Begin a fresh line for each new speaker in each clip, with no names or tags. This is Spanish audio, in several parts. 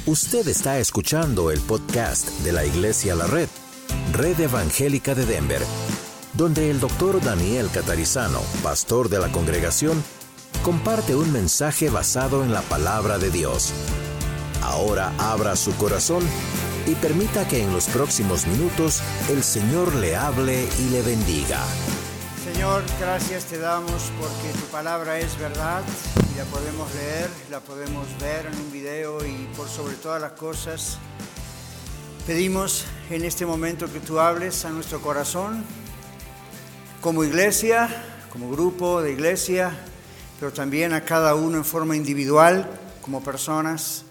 Usted está escuchando el podcast de la Iglesia La Red, Red Evangélica de Denver, donde el Dr. Daniel Catarizano, pastor de la congregación, comparte un mensaje basado en la palabra de Dios. Ahora abra su corazón y permita que en los próximos minutos el Señor le hable y le bendiga.
Señor, gracias te damos porque tu palabra es verdad y la podemos leer, la podemos ver en un video y por sobre todas las cosas pedimos en este momento que tú hables a nuestro corazón como iglesia, como grupo de iglesia, pero también a cada uno en forma individual, como personas.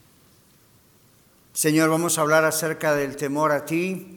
Señor, vamos a hablar acerca del temor a ti.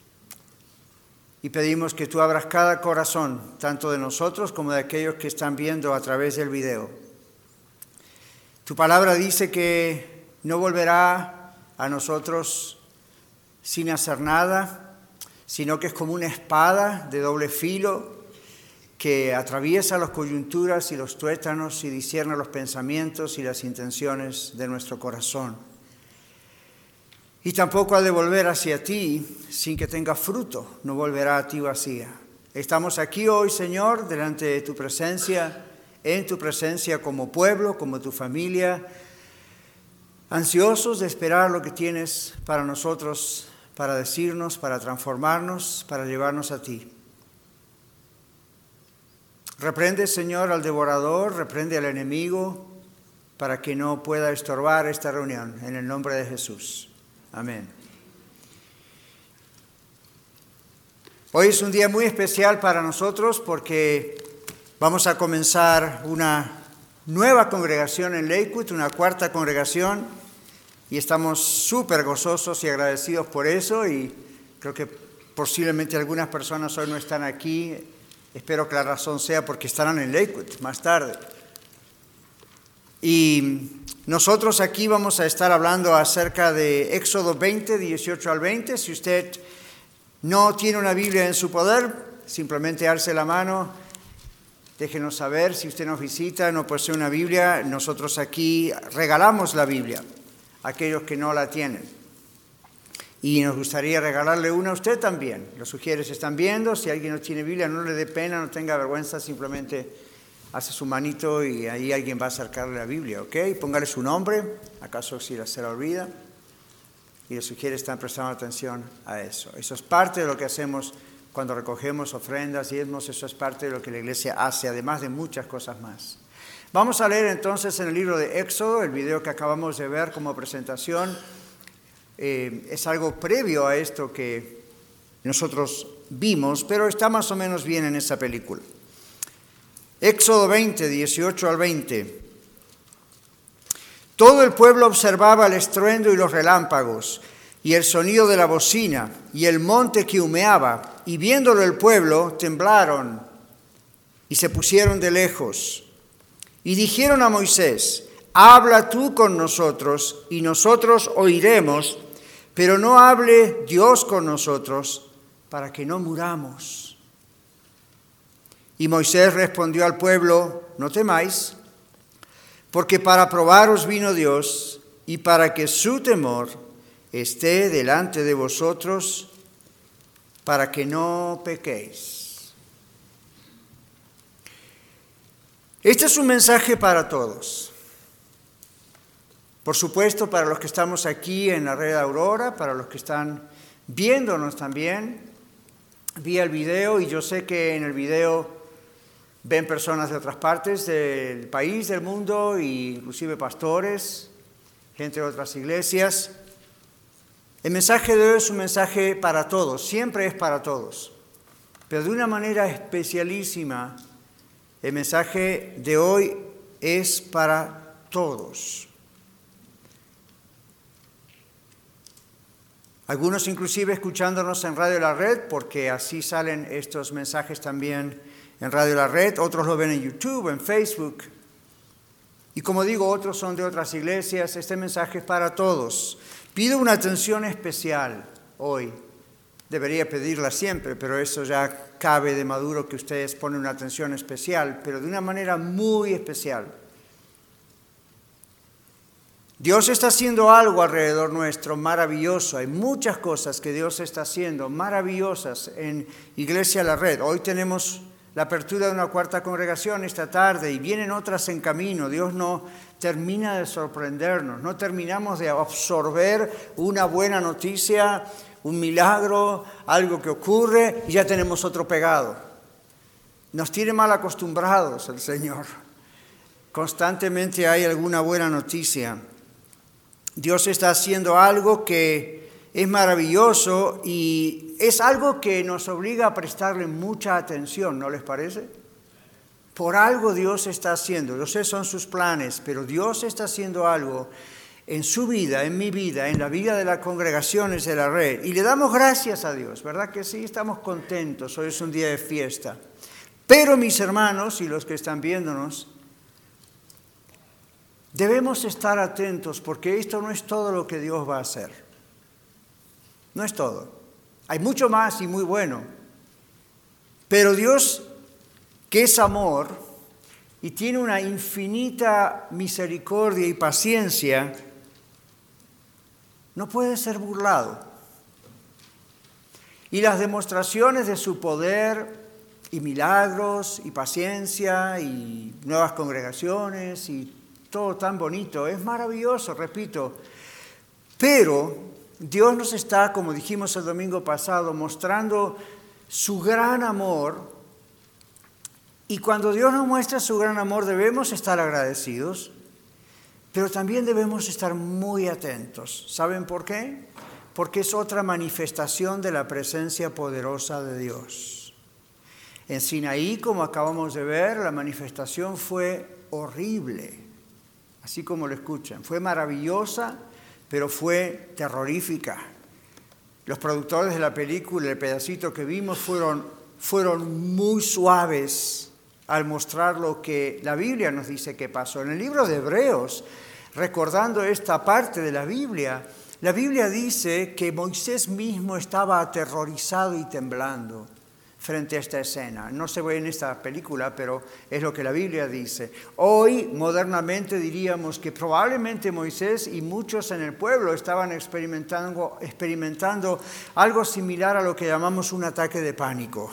Y pedimos que tú abras cada corazón, tanto de nosotros como de aquellos que están viendo a través del video. Tu palabra dice que no volverá a nosotros sin hacer nada, sino que es como una espada de doble filo que atraviesa las coyunturas y los tuétanos y discierne los pensamientos y las intenciones de nuestro corazón. Y tampoco ha de volver hacia ti sin que tenga fruto, no volverá a ti vacía. Estamos aquí hoy, Señor, delante de tu presencia, en tu presencia como pueblo, como tu familia, ansiosos de esperar lo que tienes para nosotros, para decirnos, para transformarnos, para llevarnos a ti. Reprende, Señor, al devorador, reprende al enemigo, para que no pueda estorbar esta reunión, en el nombre de Jesús. Amén. Hoy es un día muy especial para nosotros porque vamos a comenzar una nueva congregación en Lakewood, una cuarta congregación, y estamos súper gozosos y agradecidos por eso, y creo que posiblemente algunas personas hoy no están aquí. Espero que la razón sea porque estarán en Lakewood más tarde. Y nosotros aquí vamos a estar hablando acerca de Éxodo 20, 18 al 20. Si usted no tiene una Biblia en su poder, simplemente alce la mano, déjenos saber. Si usted nos visita, no posee una Biblia, nosotros aquí regalamos la Biblia a aquellos que no la tienen. Y nos gustaría regalarle una a usted también. Los sugieres están viendo, si alguien no tiene Biblia, no le dé pena, no tenga vergüenza, simplemente hace su manito y ahí alguien va a acercarle la Biblia, ¿ok? Póngale su nombre, acaso si se la olvida. Y los sugieres están prestando atención a eso. Eso es parte de lo que hacemos cuando recogemos ofrendas, diezmos, eso es parte de lo que la iglesia hace, además de muchas cosas más. Vamos a leer entonces en el libro de Éxodo, el video que acabamos de ver como presentación. Es algo previo a esto que nosotros vimos, pero está más o menos bien en esa película. Éxodo 20, 18 al 20. Todo el pueblo observaba el estruendo y los relámpagos, y el sonido de la bocina, y el monte que humeaba, y viéndolo el pueblo, temblaron, y se pusieron de lejos. Y dijeron a Moisés: habla tú con nosotros, y nosotros oiremos, pero no hable Dios con nosotros, para que no muramos. Y Moisés respondió al pueblo: no temáis, porque para probaros vino Dios, y para que su temor esté delante de vosotros, para que no pequéis. Este es un mensaje para todos. Por supuesto, para los que estamos aquí en la Red Aurora, para los que están viéndonos también, vi el video y yo sé que en el video ven personas de otras partes del país, del mundo, e inclusive pastores, gente de otras iglesias. El mensaje de hoy es un mensaje para todos, siempre es para todos, pero de una manera especialísima, el mensaje de hoy es para todos. Algunos inclusive escuchándonos en Radio La Red, porque así salen estos mensajes también en Radio La Red, otros lo ven en YouTube, en Facebook. Y como digo, otros son de otras iglesias. Este mensaje es para todos. Pido una atención especial hoy. Debería pedirla siempre, pero eso ya cabe de maduro que ustedes ponen una atención especial, pero de una manera muy especial. Dios está haciendo algo alrededor nuestro maravilloso. Hay muchas cosas que Dios está haciendo maravillosas en Iglesia La Red. Hoy tenemos la apertura de una cuarta congregación esta tarde y vienen otras en camino. Dios no termina de sorprendernos, no terminamos de absorber una buena noticia, un milagro, algo que ocurre y ya tenemos otro pegado. Nos tiene mal acostumbrados el Señor. Constantemente hay alguna buena noticia. Dios está haciendo algo que es maravilloso y es algo que nos obliga a prestarle mucha atención, ¿no les parece? Por algo Dios está haciendo, yo sé son sus planes, pero Dios está haciendo algo en su vida, en mi vida, en la vida de las congregaciones de la red. Y le damos gracias a Dios, ¿verdad que sí? Estamos contentos, hoy es un día de fiesta. Pero mis hermanos y los que están viéndonos, debemos estar atentos porque esto no es todo lo que Dios va a hacer. No es todo. Hay mucho más y muy bueno. Pero Dios, que es amor y tiene una infinita misericordia y paciencia, no puede ser burlado. Y las demostraciones de su poder y milagros y paciencia y nuevas congregaciones y todo tan bonito, es maravilloso, repito, pero Dios nos está, como dijimos el domingo pasado, mostrando su gran amor y cuando Dios nos muestra su gran amor debemos estar agradecidos, pero también debemos estar muy atentos. ¿Saben por qué? Porque es otra manifestación de la presencia poderosa de Dios. En Sinaí, como acabamos de ver, la manifestación fue horrible. Así como lo escuchan, fue maravillosa, pero fue terrorífica. Los productores de la película, el pedacito que vimos, fueron muy suaves al mostrar lo que la Biblia nos dice que pasó. En el libro de Hebreos, recordando esta parte de la Biblia dice que Moisés mismo estaba aterrorizado y temblando frente a esta escena. No se ve en esta película, pero es lo que la Biblia dice. Hoy, modernamente, diríamos que probablemente Moisés y muchos en el pueblo estaban experimentando algo similar a lo que llamamos un ataque de pánico.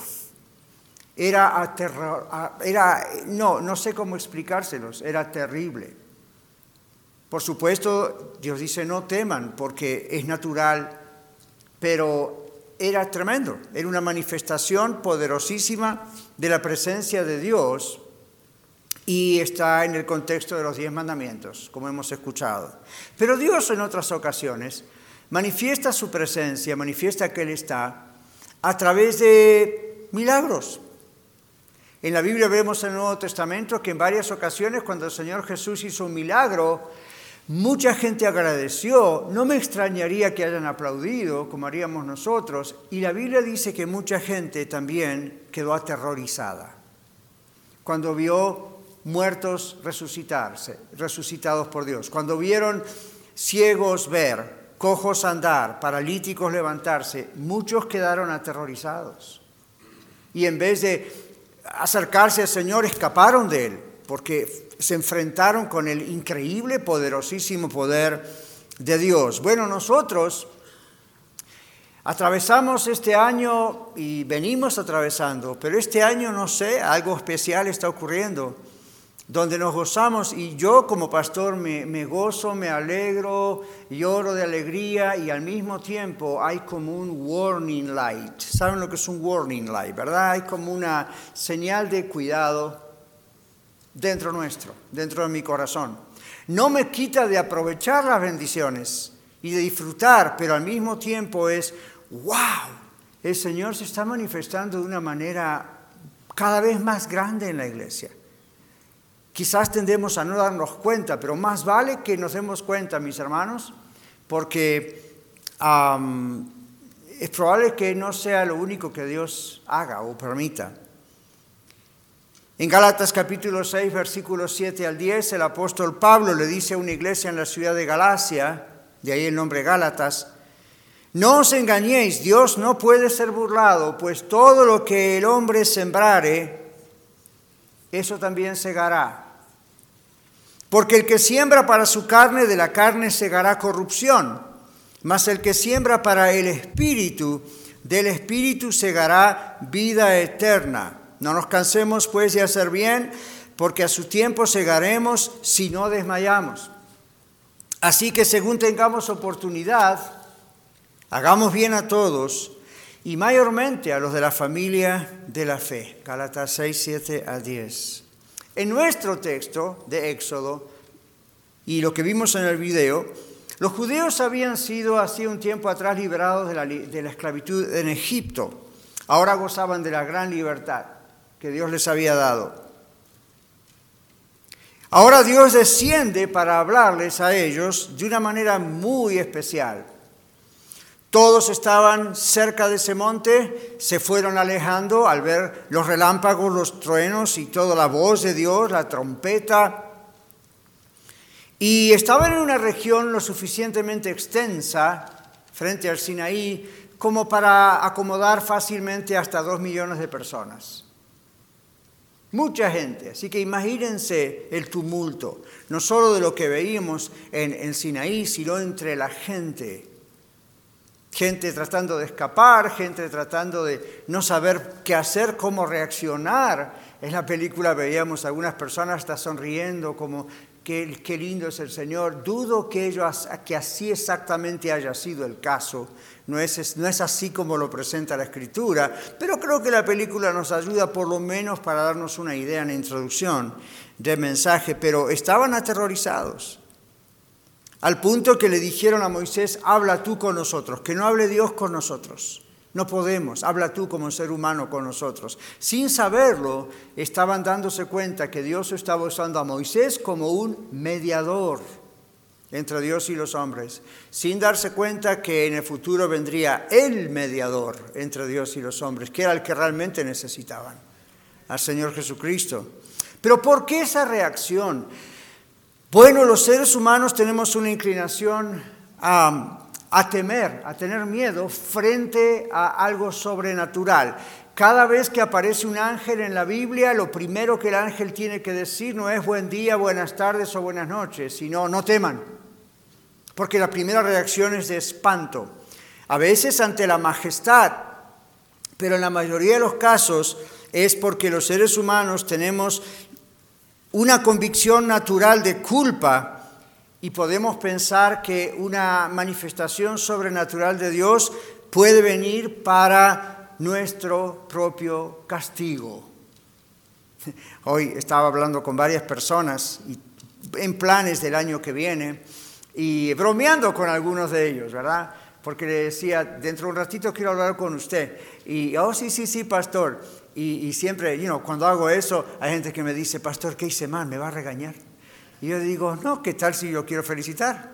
No sé cómo explicárselos, era terrible. Por supuesto, Dios dice no teman porque es natural, pero era tremendo, era una manifestación poderosísima de la presencia de Dios y está en el contexto de los 10 mandamientos, como hemos escuchado. Pero Dios en otras ocasiones manifiesta su presencia, manifiesta que Él está a través de milagros. En la Biblia vemos en el Nuevo Testamento que en varias ocasiones cuando el Señor Jesús hizo un milagro, mucha gente agradeció, no me extrañaría que hayan aplaudido como haríamos nosotros, y la Biblia dice que mucha gente también quedó aterrorizada cuando vio muertos resucitados por Dios, cuando vieron ciegos ver, cojos andar, paralíticos levantarse, muchos quedaron aterrorizados y en vez de acercarse al Señor escaparon de Él, porque se enfrentaron con el increíble, poderosísimo poder de Dios. Bueno, nosotros atravesamos este año y venimos atravesando, pero este año, no sé, algo especial está ocurriendo, donde nos gozamos y yo como pastor me gozo, me alegro, lloro de alegría y al mismo tiempo hay como un warning light. ¿Saben lo que es un warning light, verdad? Hay como una señal de cuidado dentro nuestro, dentro de mi corazón. No me quita de aprovechar las bendiciones y de disfrutar, pero al mismo tiempo es, wow, el Señor se está manifestando de una manera cada vez más grande en la iglesia. Quizás tendemos a no darnos cuenta, pero más vale que nos demos cuenta, mis hermanos, porque es probable que no sea lo único que Dios haga o permita. En Gálatas capítulo 6, versículos 7 al 10, el apóstol Pablo le dice a una iglesia en la ciudad de Galacia, de ahí el nombre Gálatas, no os engañéis, Dios no puede ser burlado, pues todo lo que el hombre sembrare, eso también segará. Porque el que siembra para su carne, de la carne segará corrupción, mas el que siembra para el Espíritu, del Espíritu segará vida eterna. No nos cansemos pues de hacer bien, porque a su tiempo segaremos si no desmayamos. Así que según tengamos oportunidad, hagamos bien a todos, y mayormente a los de la familia de la fe. Gálatas 6, 7 a 10. En nuestro texto de Éxodo, y lo que vimos en el video, los judíos habían sido hacía un tiempo atrás liberados de la esclavitud en Egipto. Ahora gozaban de la gran libertad que Dios les había dado. Ahora Dios desciende para hablarles a ellos de una manera muy especial. Todos estaban cerca de ese monte, se fueron alejando al ver los relámpagos, los truenos y toda la voz de Dios, la trompeta. Y estaban en una región lo suficientemente extensa frente al Sinaí como para acomodar fácilmente hasta 2 millones de personas. Mucha gente, así que imagínense el tumulto, no solo de lo que veíamos en Sinaí, sino entre la gente. Gente tratando de escapar, gente tratando de no saber qué hacer, cómo reaccionar. En la película veíamos algunas personas hasta sonriendo como qué lindo es el Señor. Dudo que así exactamente haya sido el caso. No es así como lo presenta la Escritura, pero creo que la película nos ayuda por lo menos para darnos una idea en la introducción del mensaje. Pero estaban aterrorizados, al punto que le dijeron a Moisés: habla tú con nosotros, que no hable Dios con nosotros. No podemos, habla tú como ser humano con nosotros. Sin saberlo, estaban dándose cuenta que Dios estaba usando a Moisés como un mediador entre Dios y los hombres, sin darse cuenta que en el futuro vendría el mediador entre Dios y los hombres, que era el que realmente necesitaban, al Señor Jesucristo. Pero ¿por qué esa reacción? Bueno, los seres humanos tenemos una inclinación a temer, a tener miedo frente a algo sobrenatural. Cada vez que aparece un ángel en la Biblia, lo primero que el ángel tiene que decir no es buen día, buenas tardes o buenas noches, sino no teman, porque la primera reacción es de espanto. A veces ante la majestad, pero en la mayoría de los casos es porque los seres humanos tenemos una convicción natural de culpa y podemos pensar que una manifestación sobrenatural de Dios puede venir para nuestro propio castigo. Hoy estaba hablando con varias personas en planes del año que viene y bromeando con algunos de ellos, ¿verdad? Porque le decía, dentro de un ratito quiero hablar con usted. Y, sí, pastor. Y siempre, cuando hago eso, hay gente que me dice: pastor, ¿qué hice mal? ¿Me va a regañar? Y yo digo: no, ¿qué tal si yo quiero felicitar?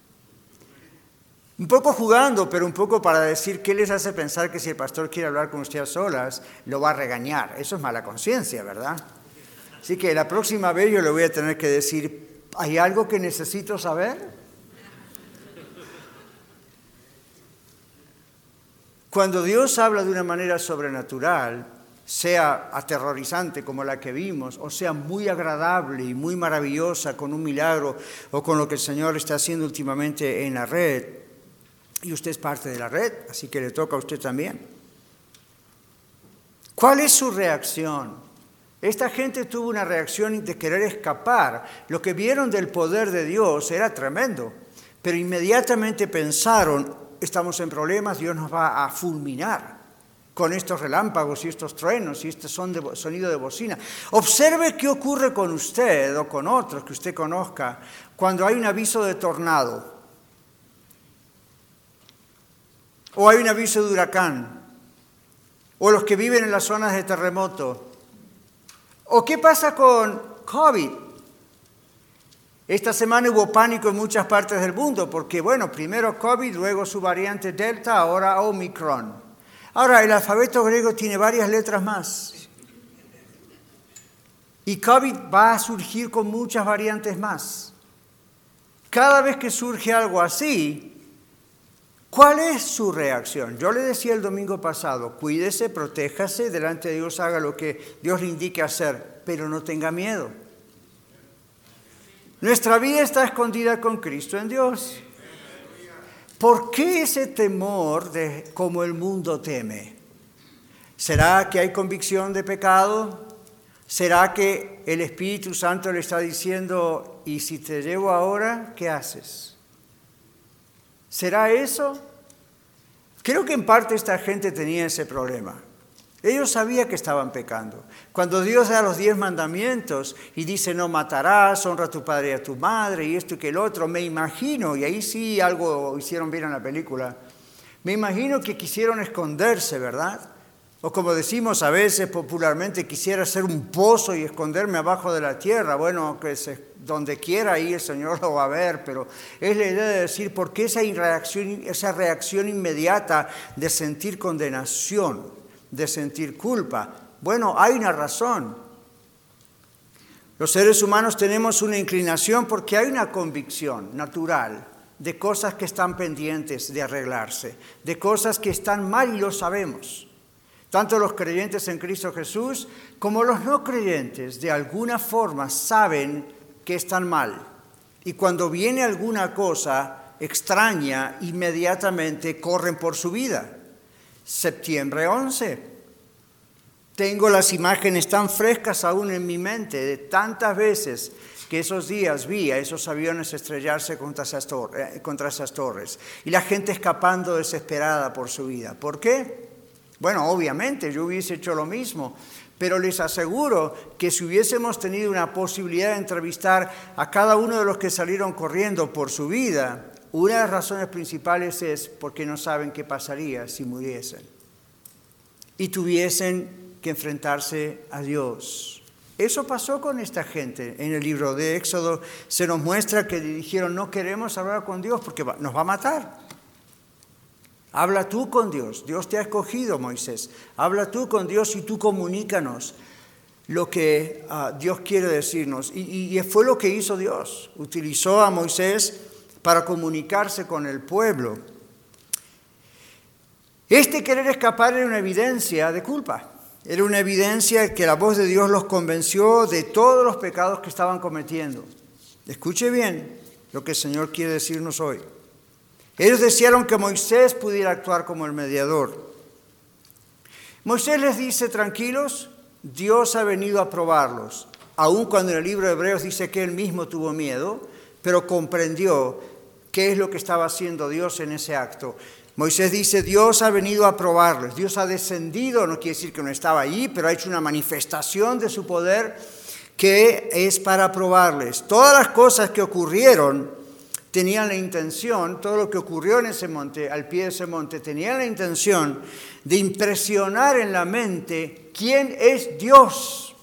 Un poco jugando, pero un poco para decir qué les hace pensar que si el pastor quiere hablar con usted a solas, lo va a regañar. Eso es mala conciencia, ¿verdad? Así que la próxima vez yo le voy a tener que decir: ¿hay algo que necesito saber? Cuando Dios habla de una manera sobrenatural, sea aterrorizante como la que vimos, o sea muy agradable y muy maravillosa con un milagro, o con lo que el Señor está haciendo últimamente en la red, y usted es parte de la red, así que le toca a usted también. ¿Cuál es su reacción? Esta gente tuvo una reacción de querer escapar. Lo que vieron del poder de Dios era tremendo, pero inmediatamente pensaron: estamos en problemas, Dios nos va a fulminar con estos relámpagos y estos truenos y este sonido de bocina. Observe qué ocurre con usted o con otros que usted conozca cuando hay un aviso de tornado o hay un aviso de huracán o los que viven en las zonas de terremoto. ¿O qué pasa con COVID? Esta semana hubo pánico en muchas partes del mundo porque, primero COVID, luego su variante Delta, ahora Omicron. Ahora, el alfabeto griego tiene varias letras más. Y COVID va a surgir con muchas variantes más. Cada vez que surge algo así, ¿cuál es su reacción? Yo le decía el domingo pasado: cuídese, protéjase, delante de Dios haga lo que Dios le indique hacer, pero no tenga miedo. Nuestra vida está escondida con Cristo en Dios. ¿Por qué ese temor de como el mundo teme? ¿Será que hay convicción de pecado? ¿Será que el Espíritu Santo le está diciendo, y si te llevo ahora, qué haces? ¿Será eso? Creo que en parte esta gente tenía ese problema. Ellos sabían que estaban pecando. Cuando Dios da los 10 mandamientos y dice no matarás, honra a tu padre y a tu madre y esto y que el otro, me imagino, y ahí sí algo hicieron bien en la película, me imagino que quisieron esconderse, ¿verdad? O como decimos a veces popularmente, quisiera hacer un pozo y esconderme abajo de la tierra. Bueno, que donde quiera ahí el Señor lo va a ver, pero es la idea de decir, ¿por qué esa reacción inmediata de sentir condenación? De sentir culpa. Bueno, hay una razón. Los seres humanos tenemos una inclinación porque hay una convicción natural de cosas que están pendientes de arreglarse, de cosas que están mal y lo sabemos. Tanto los creyentes en Cristo Jesús como los no creyentes de alguna forma saben que están mal. Y cuando viene alguna cosa extraña, inmediatamente corren por su vida. Septiembre 11. Tengo las imágenes tan frescas aún en mi mente de tantas veces que esos días vi a esos aviones estrellarse contra esas torres y la gente escapando desesperada por su vida. ¿Por qué? Bueno, obviamente yo hubiese hecho lo mismo, pero les aseguro que si hubiésemos tenido una posibilidad de entrevistar a cada uno de los que salieron corriendo por su vida, una de las razones principales es porque no saben qué pasaría si muriesen y tuviesen que enfrentarse a Dios. Eso pasó con esta gente. En el libro de Éxodo se nos muestra que dijeron, no queremos hablar con Dios porque nos va a matar. Habla tú con Dios. Dios te ha escogido, Moisés. Habla tú con Dios y tú comunícanos lo que Dios quiere decirnos. Y fue lo que hizo Dios. Utilizó a Moisés para comunicarse con el pueblo. Este querer escapar era una evidencia de culpa. Era una evidencia que la voz de Dios los convenció de todos los pecados que estaban cometiendo. Escuche bien lo que el Señor quiere decirnos hoy. Ellos desearon que Moisés pudiera actuar como el mediador. Moisés les dice, tranquilos, Dios ha venido a probarlos. Aun cuando en el libro de Hebreos dice que él mismo tuvo miedo, pero comprendió qué es lo que estaba haciendo Dios en ese acto. Moisés dice, Dios ha venido a probarles. Dios ha descendido, no quiere decir que no estaba allí, pero ha hecho una manifestación de su poder que es para probarles. Todas las cosas que ocurrieron tenían la intención, todo lo que ocurrió en ese monte, al pie de ese monte, tenían la intención de impresionar en la mente quién es Dios.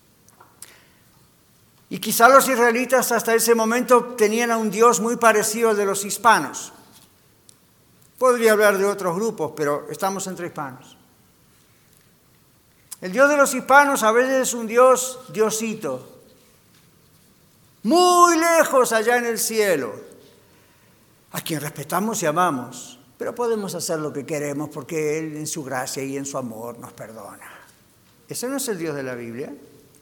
Y quizá los israelitas hasta ese momento tenían a un Dios muy parecido al de los hispanos. Podría hablar de otros grupos, pero estamos entre hispanos. El Dios de los hispanos a veces es un Diosito, muy lejos allá en el cielo, a quien respetamos y amamos, pero podemos hacer lo que queremos porque Él en su gracia y en su amor nos perdona. Ese no es el Dios de la Biblia.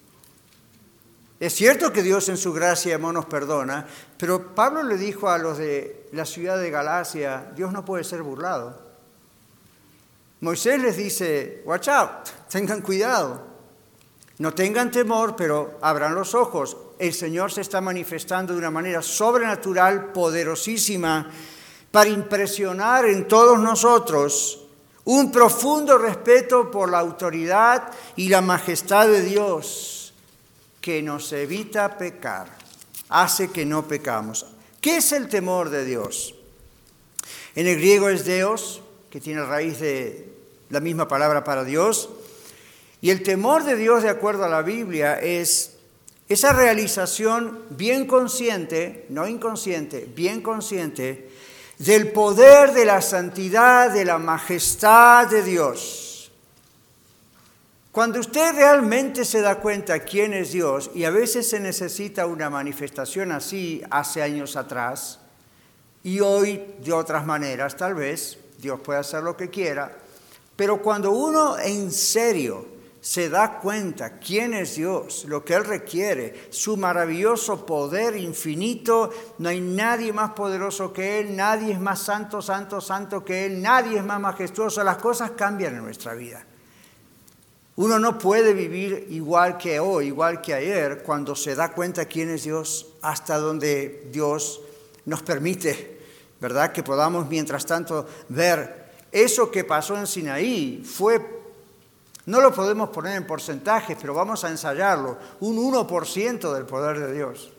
Es cierto que Dios en su gracia y amor nos perdona, pero Pablo le dijo a los de la ciudad de Galacia, Dios no puede ser burlado. Moisés les dice, watch out, tengan cuidado, no tengan temor, pero abran los ojos. El Señor se está manifestando de una manera sobrenatural, poderosísima, para impresionar en todos nosotros un profundo respeto por la autoridad y la majestad de Dios, que nos evita pecar, hace que no pecamos. ¿Qué es el temor de Dios? En el griego es Deos, que tiene raíz de la misma palabra para Dios, y el temor de Dios, de acuerdo a la Biblia, es esa realización bien consciente, no inconsciente, bien consciente, del poder, de la santidad, de la majestad de Dios. Cuando usted realmente se da cuenta quién es Dios, y a veces se necesita una manifestación así hace años atrás, y hoy de otras maneras tal vez, Dios puede hacer lo que quiera, pero cuando uno en serio se da cuenta quién es Dios, lo que Él requiere, su maravilloso poder infinito, no hay nadie más poderoso que Él, nadie es más santo, santo, santo que Él, nadie es más majestuoso, las cosas cambian en nuestra vida. Uno no puede vivir igual que hoy, igual que ayer, cuando se da cuenta quién es Dios, hasta donde Dios nos permite, ¿verdad? Que podamos, mientras tanto, ver eso que pasó en Sinaí. No lo podemos poner en porcentajes, pero vamos a ensayarlo. Un 1% del poder de Dios.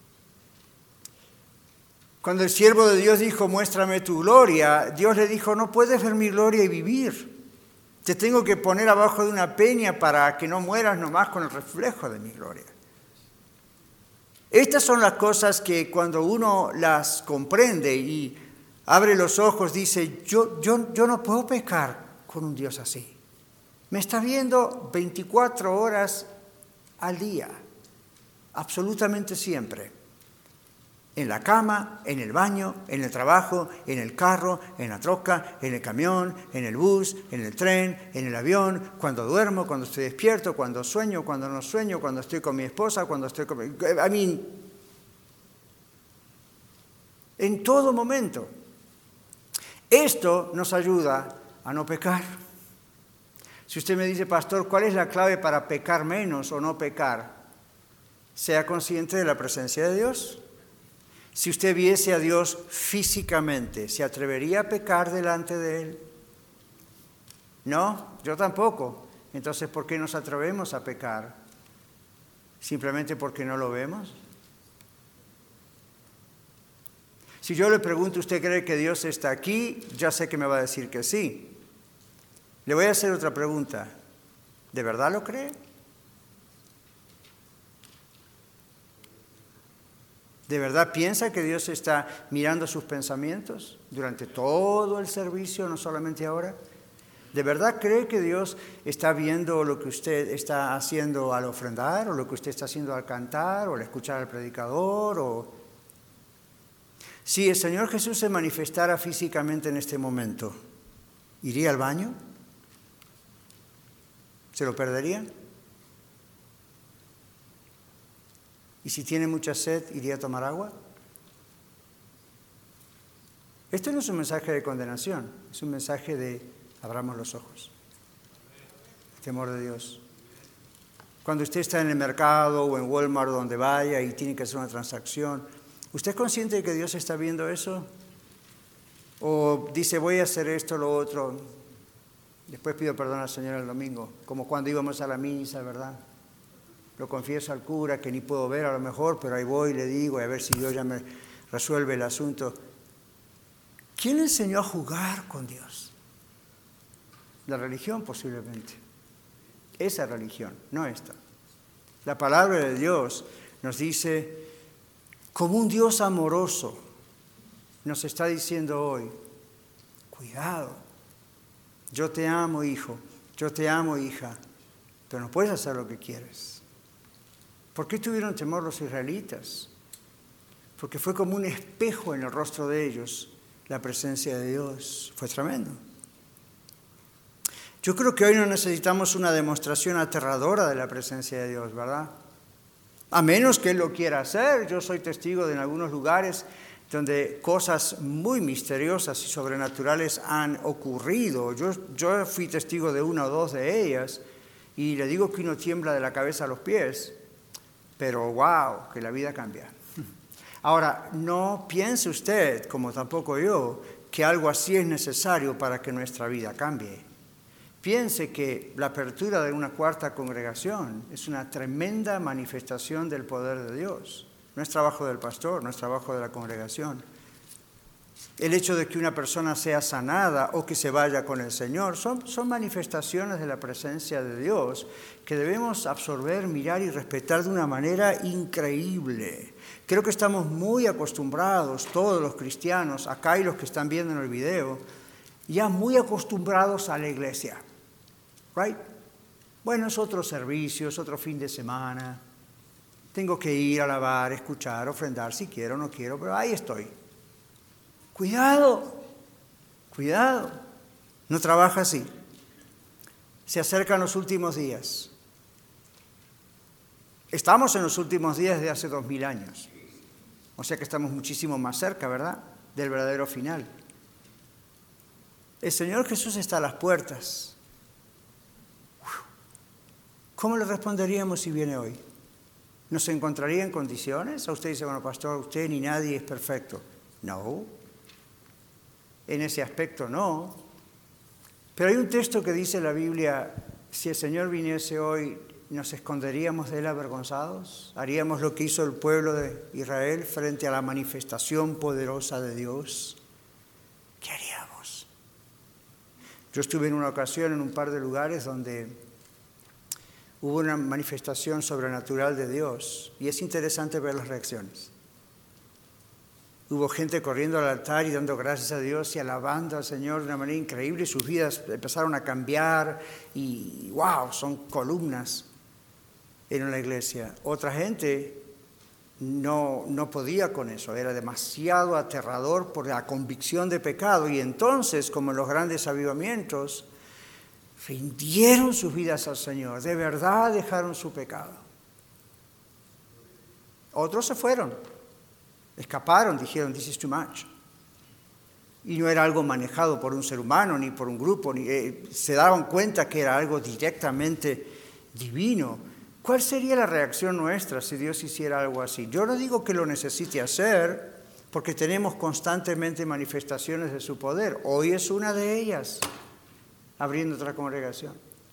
Cuando el siervo de Dios dijo, muéstrame tu gloria, Dios le dijo, no puedes ver mi gloria y vivir. Te tengo que poner abajo de una peña para que no mueras nomás con el reflejo de mi gloria. Estas son las cosas que cuando uno las comprende y abre los ojos, dice, yo no puedo pecar con un Dios así. Me está viendo 24 horas al día, absolutamente siempre. En la cama, en el baño, en el trabajo, en el carro, en la troca, en el camión, en el bus, en el tren, en el avión, cuando duermo, cuando estoy despierto, cuando sueño, cuando no sueño, cuando estoy con mi esposa, cuando estoy con en todo momento. Esto nos ayuda a no pecar. Si usted me dice, pastor, ¿cuál es la clave para pecar menos o no pecar? Sea consciente de la presencia de Dios. Si usted viese a Dios físicamente, ¿se atrevería a pecar delante de Él? No, yo tampoco. Entonces, ¿por qué nos atrevemos a pecar? ¿Simplemente porque no lo vemos? Si yo le pregunto, ¿usted cree que Dios está aquí? Ya sé que me va a decir que sí. Le voy a hacer otra pregunta. ¿De verdad lo cree? ¿De verdad piensa que Dios está mirando sus pensamientos durante todo el servicio, no solamente ahora? ¿De verdad cree que Dios está viendo lo que usted está haciendo al ofrendar, o lo que usted está haciendo al cantar, o al escuchar al predicador? Si el Señor Jesús se manifestara físicamente en este momento, ¿iría al baño? ¿Se lo perdería? ¿Y si tiene mucha sed, iría a tomar agua? Esto no es un mensaje de condenación, es un mensaje de abramos los ojos. El temor de Dios. Cuando usted está en el mercado o en Walmart o donde vaya y tiene que hacer una transacción, ¿usted es consciente de que Dios está viendo eso? ¿O dice, voy a hacer esto, lo otro? Después pido perdón al Señor el domingo, como cuando íbamos a la misa, ¿verdad? Lo confieso al cura, que ni puedo ver a lo mejor, pero ahí voy y le digo, a ver si Dios ya me resuelve el asunto. ¿Quién le enseñó a jugar con Dios? La religión posiblemente. Esa religión, no esta. La palabra de Dios nos dice, como un Dios amoroso, nos está diciendo hoy, cuidado, yo te amo, hijo, yo te amo, hija, pero no puedes hacer lo que quieres. ¿Por qué tuvieron temor los israelitas? Porque fue como un espejo en el rostro de ellos la presencia de Dios. Fue tremendo. Yo creo que hoy no necesitamos una demostración aterradora de la presencia de Dios, ¿verdad? A menos que Él lo quiera hacer. Yo soy testigo de en algunos lugares donde cosas muy misteriosas y sobrenaturales han ocurrido. Yo fui testigo de una o dos de ellas y le digo que uno tiembla de la cabeza a los pies. Pero wow, que la vida cambia. Ahora, no piense usted, como tampoco yo, que algo así es necesario para que nuestra vida cambie. Piense que la apertura de una cuarta congregación es una tremenda manifestación del poder de Dios. No es trabajo del pastor, no es trabajo de la congregación. El hecho de que una persona sea sanada o que se vaya con el Señor son manifestaciones de la presencia de Dios que debemos absorber, mirar y respetar de una manera increíble. Creo que estamos muy acostumbrados, todos los cristianos, acá y los que están viendo en el video, ya muy acostumbrados a la iglesia. Right? Bueno, es otro servicio, es otro fin de semana. Tengo que ir a alabar, escuchar, ofrendar si quiero o no quiero, pero ahí estoy. Cuidado, cuidado, no trabaja así. Se acercan los últimos días. Estamos en los últimos días de hace 2000 años. O sea que estamos muchísimo más cerca, ¿verdad?, del verdadero final. El Señor Jesús está a las puertas. ¿Cómo le responderíamos si viene hoy? ¿Nos encontraría en condiciones? A usted dice, bueno, pastor, usted ni nadie es perfecto. No. En ese aspecto no. Pero hay un texto que dice en la Biblia, si el Señor viniese hoy, ¿nos esconderíamos de él avergonzados? ¿Haríamos lo que hizo el pueblo de Israel frente a la manifestación poderosa de Dios? ¿Qué haríamos? Yo estuve en una ocasión en un par de lugares donde hubo una manifestación sobrenatural de Dios y es interesante ver las reacciones. Hubo gente corriendo al altar y dando gracias a Dios y alabando al Señor de una manera increíble y sus vidas empezaron a cambiar y ¡wow! Son columnas en la iglesia. Otra gente no podía con eso, era demasiado aterrador por la convicción de pecado y entonces, como en los grandes avivamientos, rindieron sus vidas al Señor, de verdad dejaron su pecado. Otros se fueron. Escaparon, dijeron, this is too much. Y no era algo manejado por un ser humano, ni por un grupo, se daban cuenta que era algo directamente divino. ¿Cuál sería la reacción nuestra si Dios hiciera algo así? Yo no digo que lo necesite hacer, porque tenemos constantemente manifestaciones de su poder. Hoy es una de ellas, abriendo otra congregación.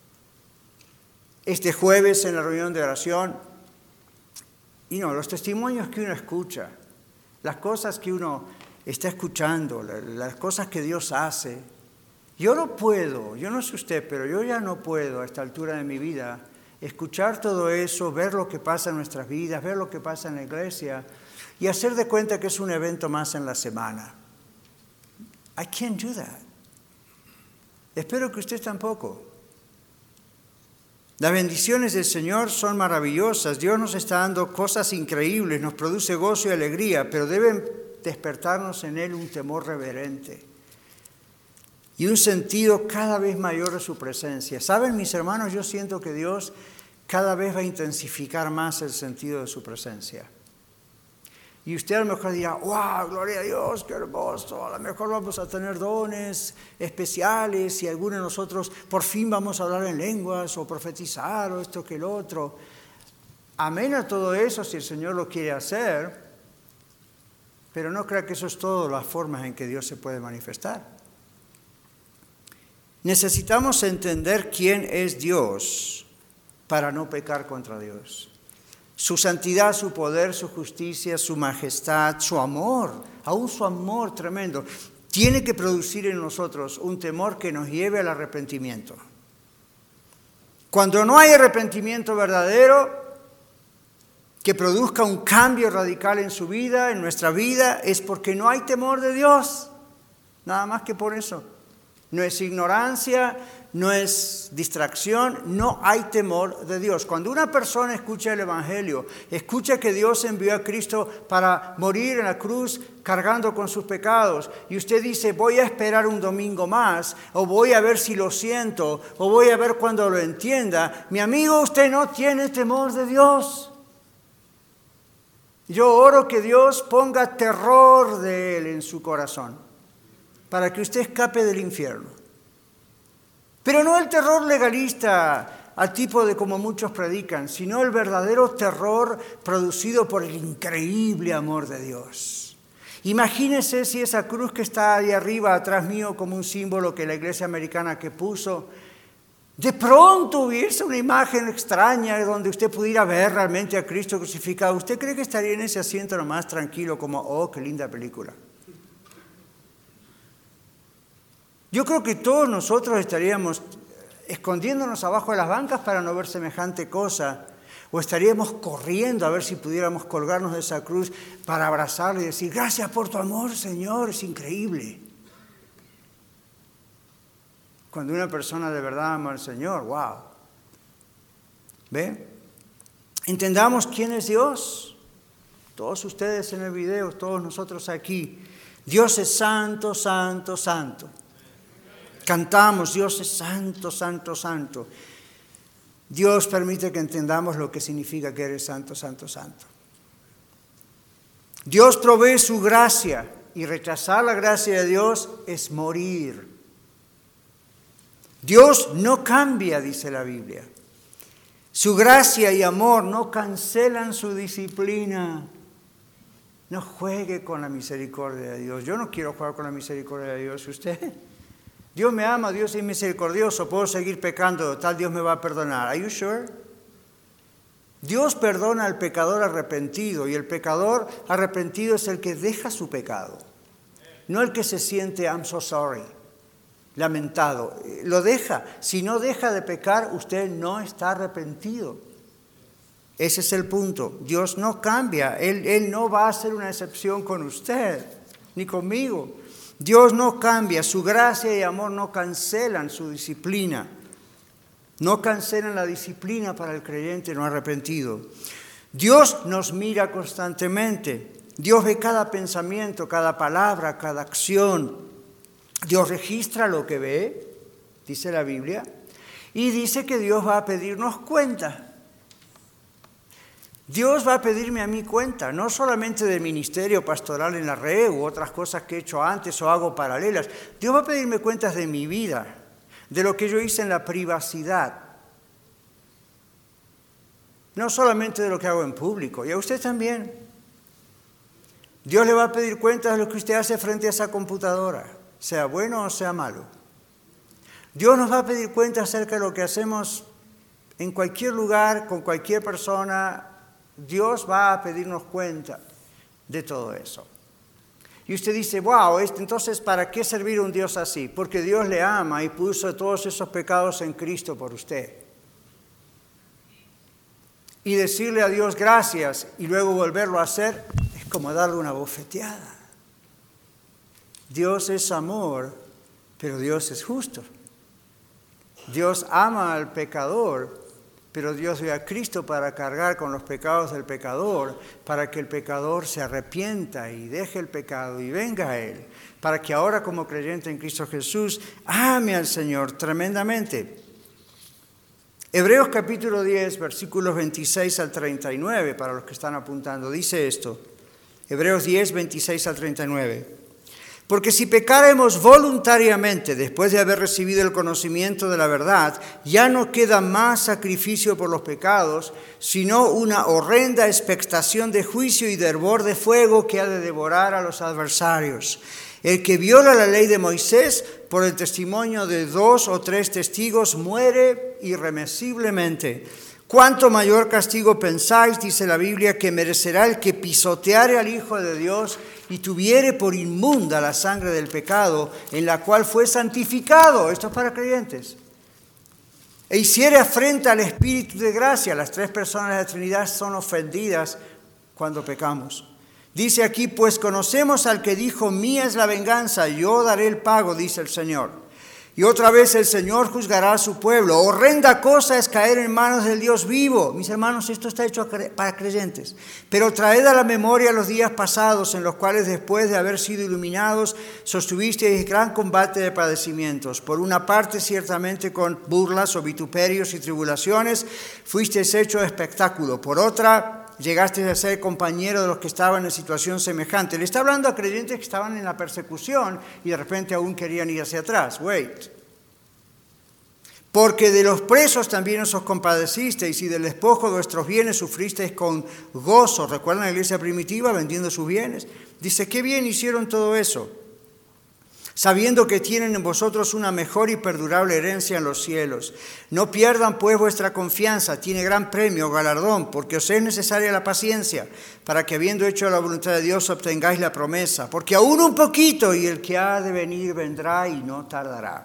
Este jueves en la reunión de oración, los testimonios que uno escucha, las cosas que uno está escuchando, las cosas que Dios hace. Yo no puedo, yo no sé usted, pero yo ya no puedo a esta altura de mi vida escuchar todo eso, ver lo que pasa en nuestras vidas, ver lo que pasa en la iglesia y hacer de cuenta que es un evento más en la semana. I can't do that. Espero que usted tampoco. Las bendiciones del Señor son maravillosas. Dios nos está dando cosas increíbles, nos produce gozo y alegría, pero deben despertarnos en Él un temor reverente y un sentido cada vez mayor de su presencia. ¿Saben, mis hermanos? Yo siento que Dios cada vez va a intensificar más el sentido de su presencia. Y usted a lo mejor dirá, wow, gloria a Dios, qué hermoso, a lo mejor vamos a tener dones especiales y algunos de nosotros por fin vamos a hablar en lenguas o profetizar o esto que el otro. Amén a todo eso si el Señor lo quiere hacer, pero no crea que eso es todo las formas en que Dios se puede manifestar. Necesitamos entender quién es Dios para no pecar contra Dios. Su santidad, su poder, su justicia, su majestad, su amor, aún su amor tremendo, tiene que producir en nosotros un temor que nos lleve al arrepentimiento. Cuando no hay arrepentimiento verdadero, que produzca un cambio radical en su vida, en nuestra vida, es porque no hay temor de Dios. Nada más que por eso. No es ignorancia, no es distracción, no hay temor de Dios. Cuando una persona escucha el Evangelio, escucha que Dios envió a Cristo para morir en la cruz cargando con sus pecados, y usted dice, voy a esperar un domingo más, o voy a ver si lo siento, o voy a ver cuando lo entienda, mi amigo, usted no tiene temor de Dios. Yo oro que Dios ponga terror de Él en su corazón, para que usted escape del infierno. Pero no el terror legalista al tipo de como muchos predican, sino el verdadero terror producido por el increíble amor de Dios. Imagínese si esa cruz que está ahí arriba, atrás mío, como un símbolo que la iglesia americana que puso, de pronto hubiese una imagen extraña donde usted pudiera ver realmente a Cristo crucificado. ¿Usted cree que estaría en ese asiento nomás tranquilo como, oh, qué linda película? Yo creo que todos nosotros estaríamos escondiéndonos abajo de las bancas para no ver semejante cosa, o estaríamos corriendo a ver si pudiéramos colgarnos de esa cruz para abrazarle y decir, gracias por tu amor, Señor, es increíble. Cuando una persona de verdad ama al Señor, wow. ¿Ve? Entendamos quién es Dios. Todos ustedes en el video, todos nosotros aquí. Dios es santo, santo, santo. Cantamos, Dios es santo, santo, santo. Dios permite que entendamos lo que significa que eres santo, santo, santo. Dios provee su gracia y rechazar la gracia de Dios es morir. Dios no cambia, dice la Biblia. Su gracia y amor no cancelan su disciplina. No juegue con la misericordia de Dios. Yo no quiero jugar con la misericordia de Dios. ¿Usted? Dios me ama, Dios es misericordioso, puedo seguir pecando, tal Dios me va a perdonar. ¿Are you sure? Dios perdona al pecador arrepentido y el pecador arrepentido es el que deja su pecado, no el que se siente I'm so sorry, lamentado. Lo deja. Si no deja de pecar, usted no está arrepentido. Ese es el punto. Dios no cambia. Él no va a hacer una excepción con usted, ni conmigo. Dios no cambia. Su gracia y amor no cancelan su disciplina. No cancelan la disciplina para el creyente no arrepentido. Dios nos mira constantemente. Dios ve cada pensamiento, cada palabra, cada acción. Dios registra lo que ve, dice la Biblia, y dice que Dios va a pedirnos cuenta. Dios va a pedirme a mí cuenta, no solamente del ministerio pastoral en la red u otras cosas que he hecho antes o hago paralelas. Dios va a pedirme cuentas de mi vida, de lo que yo hice en la privacidad. No solamente de lo que hago en público, y a usted también. Dios le va a pedir cuentas de lo que usted hace frente a esa computadora, sea bueno o sea malo. Dios nos va a pedir cuentas acerca de lo que hacemos en cualquier lugar, con cualquier persona. Dios va a pedirnos cuenta de todo eso. Y usted dice, wow, entonces ¿para qué servir a un Dios así? Porque Dios le ama y puso todos esos pecados en Cristo por usted. Y decirle a Dios gracias y luego volverlo a hacer es como darle una bofeteada. Dios es amor, pero Dios es justo. Dios ama al pecador, pero Dios dio a Cristo para cargar con los pecados del pecador, para que el pecador se arrepienta y deje el pecado y venga a Él, para que ahora como creyente en Cristo Jesús ame al Señor tremendamente. Hebreos capítulo 10, versículos 26 al 39, para los que están apuntando, dice esto. Hebreos 10, 26 al 39. Porque si pecáremos voluntariamente después de haber recibido el conocimiento de la verdad, ya no queda más sacrificio por los pecados, sino una horrenda expectación de juicio y de hervor de fuego que ha de devorar a los adversarios. El que viola la ley de Moisés por el testimonio de 2 o 3 testigos muere irremisiblemente. ¿Cuánto mayor castigo pensáis, dice la Biblia, que merecerá el que pisoteare al Hijo de Dios y tuviere por inmunda la sangre del pecado en la cual fue santificado? Esto es para creyentes. E hiciere afrenta al Espíritu de gracia. Las 3 personas de la Trinidad son ofendidas cuando pecamos. Dice aquí, pues conocemos al que dijo, mía es la venganza, yo daré el pago, dice el Señor. Y otra vez el Señor juzgará a su pueblo. Horrenda cosa es caer en manos del Dios vivo. Mis hermanos, esto está hecho para creyentes. Pero traed a la memoria los días pasados en los cuales después de haber sido iluminados sostuvisteis gran combate de padecimientos. Por una parte ciertamente con burlas o vituperios y tribulaciones fuisteis hechos espectáculo. Por otra llegasteis a ser compañero de los que estaban en situación semejante. Le está hablando a creyentes que estaban en la persecución y de repente aún querían ir hacia atrás. Wait. Porque de los presos también os compadecisteis y del despojo de vuestros bienes sufristeis con gozo. ¿Recuerdan la iglesia primitiva vendiendo sus bienes? Dice, qué bien hicieron todo eso, sabiendo que tienen en vosotros una mejor y perdurable herencia en los cielos. No pierdan pues vuestra confianza, tiene gran premio, galardón, porque os es necesaria la paciencia, para que habiendo hecho la voluntad de Dios obtengáis la promesa. Porque aún un poquito y el que ha de venir vendrá y no tardará.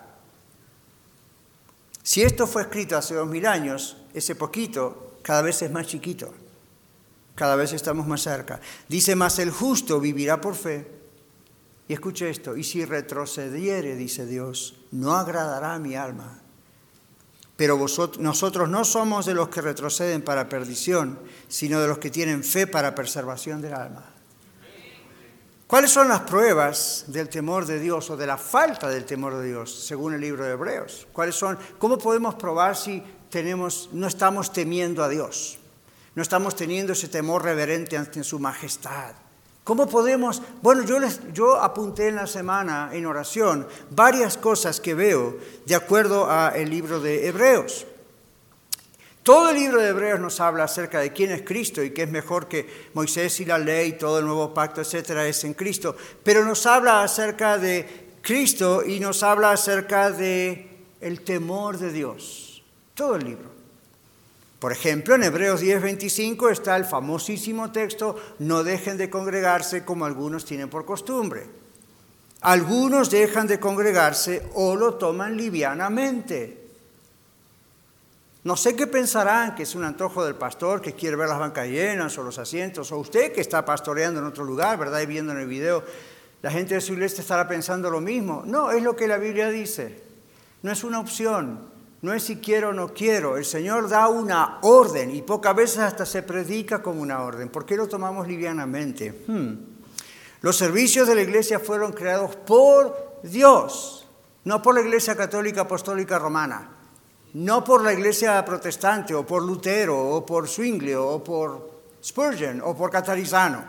Si esto fue escrito hace 2000 años, ese poquito cada vez es más chiquito, cada vez estamos más cerca. Dice, mas el justo vivirá por fe. Y escuche esto, y si retrocediere, dice Dios, no agradará a mi alma. Pero nosotros no somos de los que retroceden para perdición, sino de los que tienen fe para preservación del alma. ¿Cuáles son las pruebas del temor de Dios o de la falta del temor de Dios, según el libro de Hebreos? ¿Cómo podemos probar si no estamos temiendo a Dios? No estamos teniendo ese temor reverente ante su majestad. ¿Cómo podemos? Bueno, yo apunté en la semana en oración varias cosas que veo de acuerdo al libro de Hebreos. Todo el libro de Hebreos nos habla acerca de quién es Cristo y que es mejor que Moisés y la ley, todo el nuevo pacto, etcétera, es en Cristo. Pero nos habla acerca de Cristo y nos habla acerca de el temor de Dios. Todo el libro. Por ejemplo, en Hebreos 10:25 está el famosísimo texto: no dejen de congregarse como algunos tienen por costumbre. Algunos dejan de congregarse o lo toman livianamente. No sé qué pensarán, que es un antojo del pastor que quiere ver las bancas llenas o los asientos, o usted que está pastoreando en otro lugar, ¿verdad? Y viendo en el video, la gente de su iglesia estará pensando lo mismo. No, es lo que la Biblia dice. No es una opción, no es si quiero o no quiero. El Señor da una orden y pocas veces hasta se predica como una orden. ¿Por qué lo tomamos livianamente? Los servicios de la iglesia fueron creados por Dios, no por la Iglesia Católica Apostólica Romana. No por la iglesia protestante, o por Lutero, o por Zwingli, o por Spurgeon, o por Catarizano.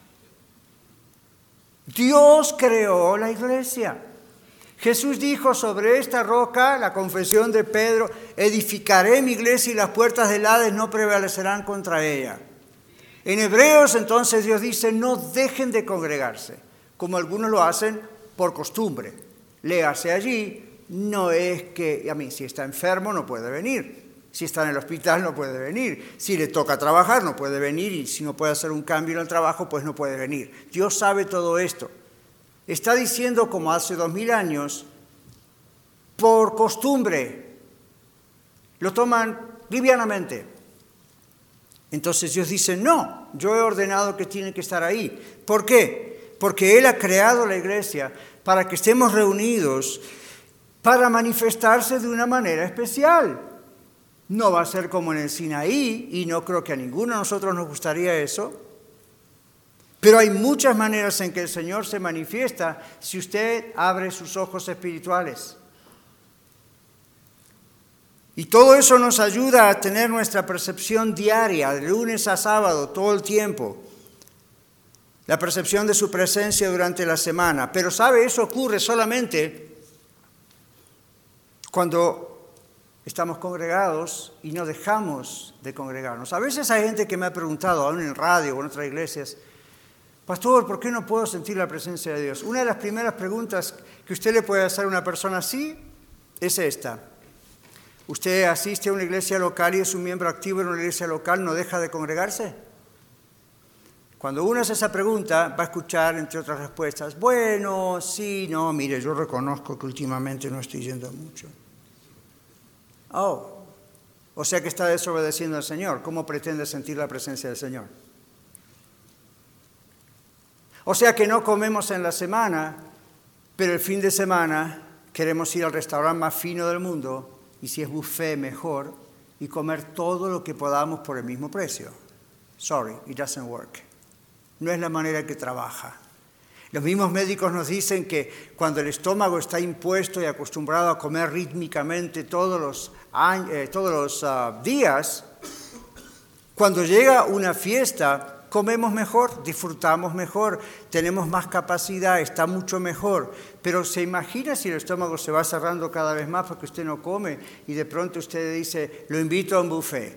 Dios creó la iglesia. Jesús dijo: sobre esta roca, la confesión de Pedro, edificaré mi iglesia y las puertas del Hades no prevalecerán contra ella. En Hebreos, entonces, Dios dice: no dejen de congregarse, como algunos lo hacen por costumbre. Léase allí. No es que, si está enfermo no puede venir, si está en el hospital no puede venir, si le toca trabajar no puede venir y si no puede hacer un cambio en el trabajo pues no puede venir. Dios sabe todo esto. Está diciendo, como hace 2000 años, por costumbre, lo toman livianamente. Entonces Dios dice: no, yo he ordenado que tiene que estar ahí. ¿Por qué? Porque Él ha creado la iglesia para que estemos reunidos, para manifestarse de una manera especial. No va a ser como en el Sinaí, y no creo que a ninguno de nosotros nos gustaría eso. Pero hay muchas maneras en que el Señor se manifiesta si usted abre sus ojos espirituales. Y todo eso nos ayuda a tener nuestra percepción diaria, de lunes a sábado, todo el tiempo. La percepción de su presencia durante la semana. Pero ¿sabe? Eso ocurre solamente cuando estamos congregados y no dejamos de congregarnos. A veces hay gente que me ha preguntado, aún en radio o en otras iglesias: pastor, ¿por qué no puedo sentir la presencia de Dios? Una de las primeras preguntas que usted le puede hacer a una persona así es esta: ¿usted asiste a una iglesia local y es un miembro activo en una iglesia local, no deja de congregarse? Cuando uno hace esa pregunta, va a escuchar, entre otras respuestas: bueno, sí, no, mire, yo reconozco que últimamente no estoy yendo mucho. O sea que está desobedeciendo al Señor. ¿Cómo pretende sentir la presencia del Señor? O sea que no comemos en la semana, pero el fin de semana queremos ir al restaurante más fino del mundo, y si es buffet mejor, y comer todo lo que podamos por el mismo precio. Sorry, it doesn't work. No es la manera que trabaja. Los mismos médicos nos dicen que cuando el estómago está impuesto y acostumbrado a comer rítmicamente todos los días, cuando llega una fiesta, comemos mejor, disfrutamos mejor, tenemos más capacidad, está mucho mejor. Pero ¿se imagina si el estómago se va cerrando cada vez más porque usted no come y de pronto usted dice: lo invito a un buffet?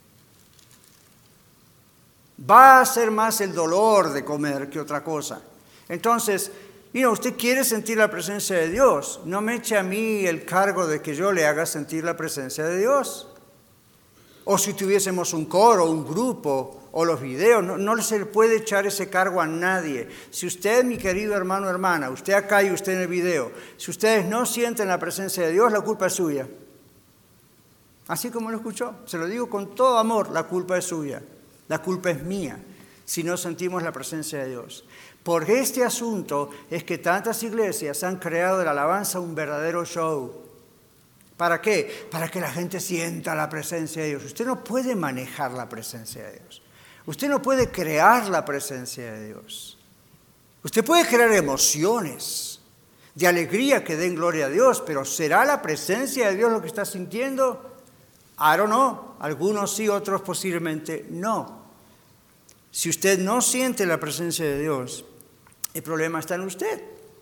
Va a ser más el dolor de comer que otra cosa. Entonces, usted quiere sentir la presencia de Dios. No me eche a mí el cargo de que yo le haga sentir la presencia de Dios. O si tuviésemos un coro, un grupo, o los videos, no se le puede echar ese cargo a nadie. Si usted, mi querido hermano o hermana, usted acá y usted en el video, si ustedes no sienten la presencia de Dios, la culpa es suya. Así como lo escuchó, se lo digo con todo amor, la culpa es suya. La culpa es mía si no sentimos la presencia de Dios. Por este asunto es que tantas iglesias han creado de la alabanza un verdadero show. ¿Para qué? Para que la gente sienta la presencia de Dios. Usted no puede manejar la presencia de Dios. Usted no puede crear la presencia de Dios. Usted puede crear emociones de alegría que den gloria a Dios, pero ¿será la presencia de Dios lo que está sintiendo? I don't know. Algunos sí, otros posiblemente no. Si usted no siente la presencia de Dios, el problema está en usted.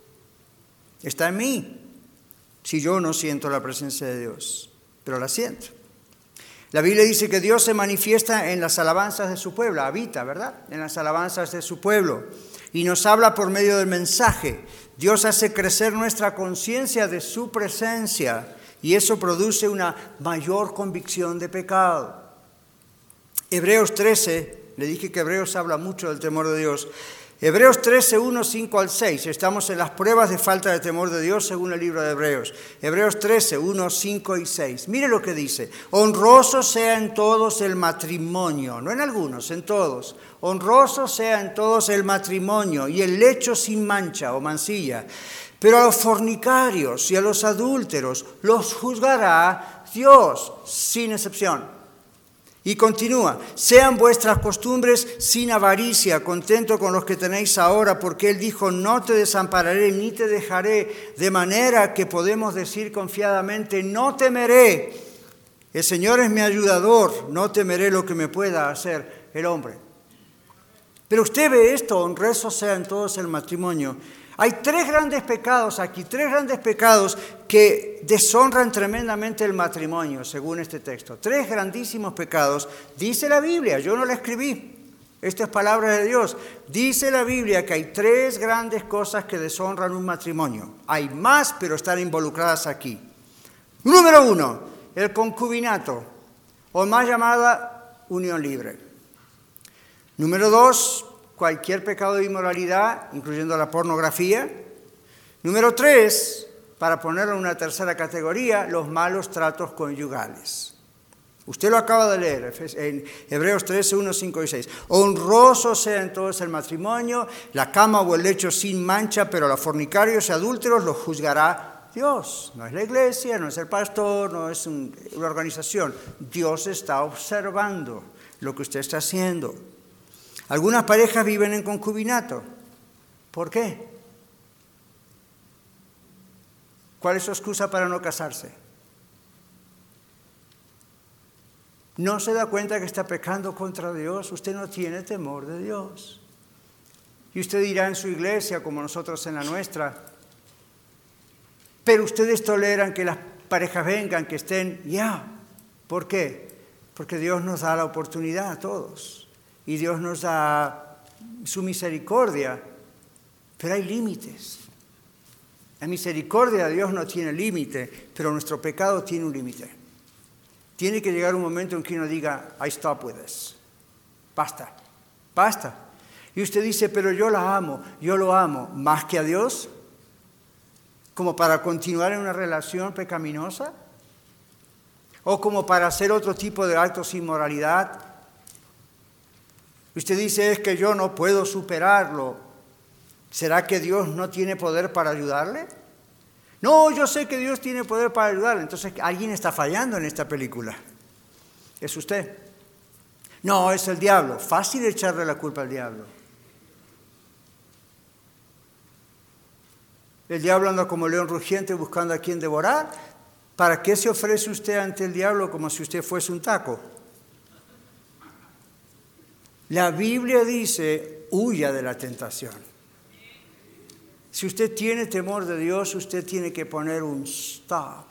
Está en mí. Si yo no siento la presencia de Dios, pero la siento. La Biblia dice que Dios se manifiesta en las alabanzas de su pueblo, habita, ¿verdad? En las alabanzas de su pueblo. Y nos habla por medio del mensaje. Dios hace crecer nuestra conciencia de su presencia y eso produce una mayor convicción de pecado. Hebreos 13, le dije que Hebreos habla mucho del temor de Dios. Hebreos 13, 1, 5 al 6. Estamos en las pruebas de falta de temor de Dios según el libro de Hebreos. Hebreos 13, 1, 5 y 6. Mire lo que dice. Honroso sea en todos el matrimonio. No en algunos, en todos. Honroso sea en todos el matrimonio y el lecho sin mancha o mancilla. Pero a los fornicarios y a los adúlteros los juzgará Dios sin excepción. Y continúa, sean vuestras costumbres sin avaricia, contento con los que tenéis ahora, porque Él dijo, no te desampararé ni te dejaré, de manera que podemos decir confiadamente, no temeré, el Señor es mi ayudador, no temeré lo que me pueda hacer el hombre. Pero usted ve esto, honroso sea en todos el matrimonio. Hay tres grandes pecados aquí, tres grandes pecados que deshonran tremendamente el matrimonio, según este texto. Tres grandísimos pecados. Dice la Biblia, yo no la escribí, esta es palabra de Dios. Dice la Biblia que hay tres grandes cosas que deshonran un matrimonio. Hay más, pero están involucradas aquí. Número 1, el concubinato, o más llamada unión libre. Número 2, cualquier pecado de inmoralidad, incluyendo la pornografía. Número 3, para ponerlo en una tercera categoría, los malos tratos conyugales. Usted lo acaba de leer en Hebreos 13, 1, 5 y 6. Honroso sea entonces el matrimonio, la cama o el lecho sin mancha, pero a los fornicarios y adúlteros los juzgará Dios. No es la iglesia, no es el pastor, no es una organización. Dios está observando lo que usted está haciendo. Algunas parejas viven en concubinato. ¿Por qué? ¿Cuál es su excusa para no casarse? ¿No se da cuenta que está pecando contra Dios? Usted no tiene temor de Dios. Y usted dirá en su iglesia, como nosotros en la nuestra, pero ustedes toleran que las parejas vengan, que estén, ¿Por qué? Porque Dios nos da la oportunidad a todos. Y Dios nos da su misericordia, pero hay límites. La misericordia de Dios no tiene límite, pero nuestro pecado tiene un límite. Tiene que llegar un momento en que uno diga, I stop with this. Basta, basta. Y usted dice, pero yo la amo, yo lo amo, ¿más que a Dios? ¿Como para continuar en una relación pecaminosa? ¿O como para hacer otro tipo de actos de inmoralidad? Usted dice, es que yo no puedo superarlo. ¿Será que Dios no tiene poder para ayudarle? No, yo sé que Dios tiene poder para ayudarle. Entonces, alguien está fallando en esta película. ¿Es usted? No, es el diablo. Fácil echarle la culpa al diablo. El diablo anda como león rugiente buscando a quien devorar. ¿Para qué se ofrece usted ante el diablo como si usted fuese un taco? La Biblia dice, huya de la tentación. Si usted tiene temor de Dios, usted tiene que poner un stop.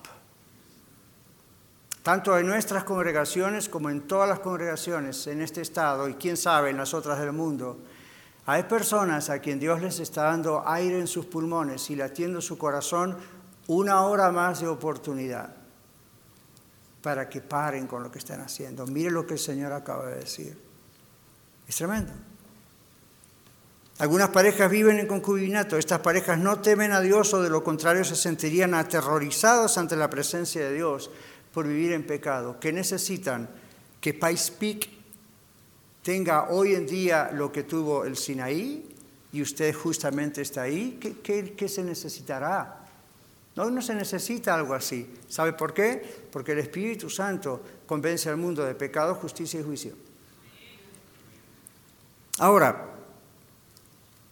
Tanto en nuestras congregaciones como en todas las congregaciones en este estado y quién sabe en las otras del mundo, hay personas a quien Dios les está dando aire en sus pulmones y latiendo su corazón una hora más de oportunidad para que paren con lo que están haciendo. Mire lo que el Señor acaba de decir. Es tremendo. Algunas parejas viven en concubinato. Estas parejas no temen a Dios o de lo contrario se sentirían aterrorizados ante la presencia de Dios por vivir en pecado. ¿Qué necesitan? Que Pikes Peak tenga hoy en día lo que tuvo el Sinaí y usted justamente está ahí. ¿Qué se necesitará? No se necesita algo así. ¿Sabe por qué? Porque el Espíritu Santo convence al mundo de pecado, justicia y juicio. Ahora,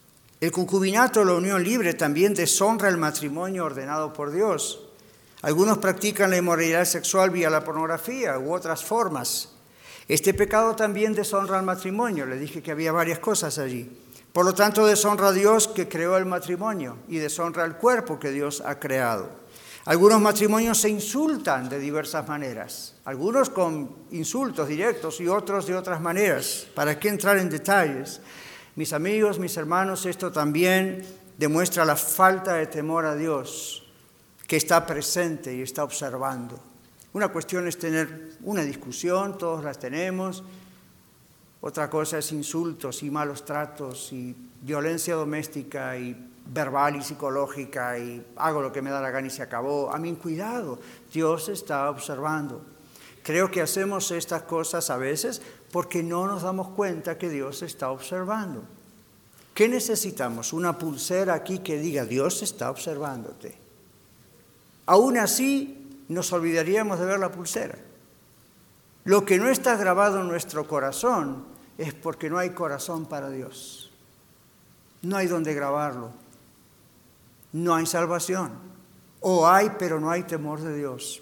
El concubinato, la unión libre, también deshonra el matrimonio ordenado por Dios. Algunos practican la inmoralidad sexual vía la pornografía u otras formas. Este pecado también deshonra al matrimonio. Les dije que había varias cosas allí. Por lo tanto, deshonra a Dios que creó el matrimonio y deshonra al cuerpo que Dios ha creado. Algunos matrimonios se insultan de diversas maneras, algunos con insultos directos y otros de otras maneras. ¿Para qué entrar en detalles? Mis amigos, mis hermanos, esto también demuestra la falta de temor a Dios, que está presente y está observando. Una cuestión es tener una discusión, todos las tenemos. Otra cosa es insultos y malos tratos y violencia doméstica y verbal y psicológica y hago lo que me da la gana y se acabó. Cuidado, Dios está observando. Creo que hacemos estas cosas a veces porque no nos damos cuenta que Dios está observando. ¿Qué necesitamos? Una pulsera aquí que diga Dios está observándote. Aún así, nos olvidaríamos de ver la pulsera. Lo que no está grabado en nuestro corazón es porque no hay corazón para Dios. No hay donde grabarlo. No hay salvación. O hay, pero no hay temor de Dios.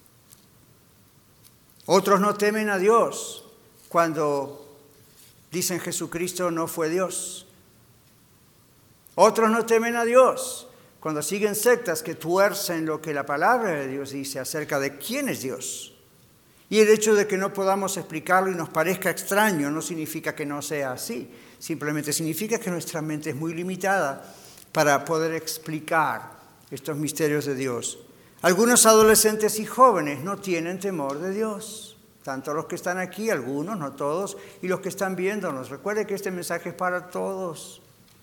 Otros no temen a Dios cuando dicen Jesucristo no fue Dios. Otros no temen a Dios cuando siguen sectas que tuercen lo que la palabra de Dios dice acerca de quién es Dios. Y el hecho de que no podamos explicarlo y nos parezca extraño no significa que no sea así. Simplemente significa que nuestra mente es muy limitada para poder explicar estos misterios de Dios. Algunos adolescentes y jóvenes no tienen temor de Dios. Tanto los que están aquí, algunos, no todos, y los que están viéndonos. Recuerde que este mensaje es para todos.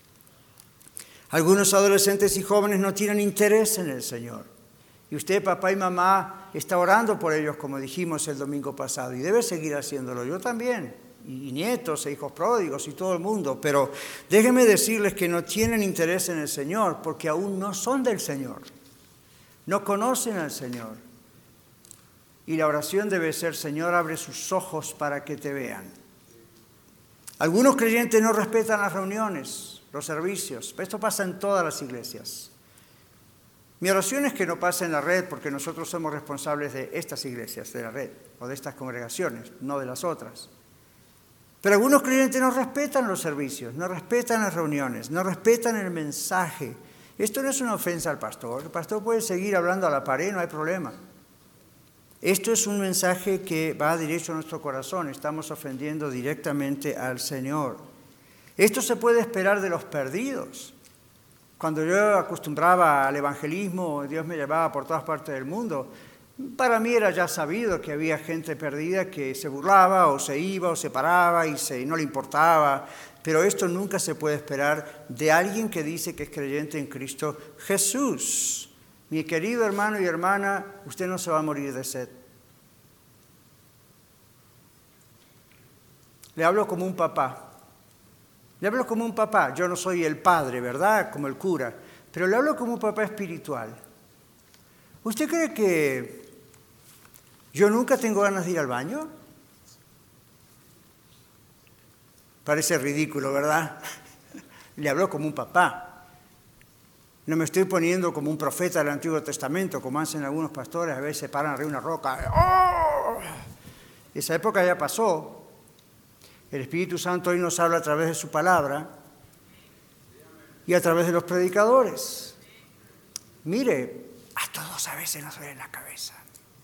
Algunos adolescentes y jóvenes no tienen interés en el Señor. Y usted, papá y mamá, está orando por ellos, como dijimos el domingo pasado, y debe seguir haciéndolo. Yo también, y nietos e hijos pródigos y todo el mundo. Pero déjenme decirles que no tienen interés en el Señor porque aún no son del Señor. No conocen al Señor. Y la oración debe ser, Señor, abre sus ojos para que te vean. Algunos creyentes no respetan las reuniones, los servicios. Esto pasa en todas las iglesias. Mi oración es que no pase en la red porque nosotros somos responsables de estas iglesias, de la red, o de estas congregaciones, no de las otras. Pero algunos creyentes no respetan los servicios, no respetan las reuniones, no respetan el mensaje. Esto no es una ofensa al pastor. El pastor puede seguir hablando a la pared, no hay problema. Esto es un mensaje que va derecho a nuestro corazón. Estamos ofendiendo directamente al Señor. Esto se puede esperar de los perdidos. Cuando yo acostumbraba al evangelismo, Dios me llevaba por todas partes del mundo. Para mí era ya sabido que había gente perdida que se burlaba o se iba o se paraba y no le importaba. Pero esto nunca se puede esperar de alguien que dice que es creyente en Cristo Jesús. Mi querido hermano y hermana, usted no se va a morir de sed. Le hablo como un papá. Le hablo como un papá. Yo no soy el padre, ¿verdad? Como el cura. Pero le hablo como un papá espiritual. ¿Usted cree que yo nunca tengo ganas de ir al baño? Parece ridículo, ¿verdad? Le hablo como un papá. No me estoy poniendo como un profeta del Antiguo Testamento, como hacen algunos pastores, a veces se paran arriba de una roca. ¡Oh! Esa época ya pasó. El Espíritu Santo hoy nos habla a través de su palabra y a través de los predicadores. Mire, a todos a veces nos duele la cabeza.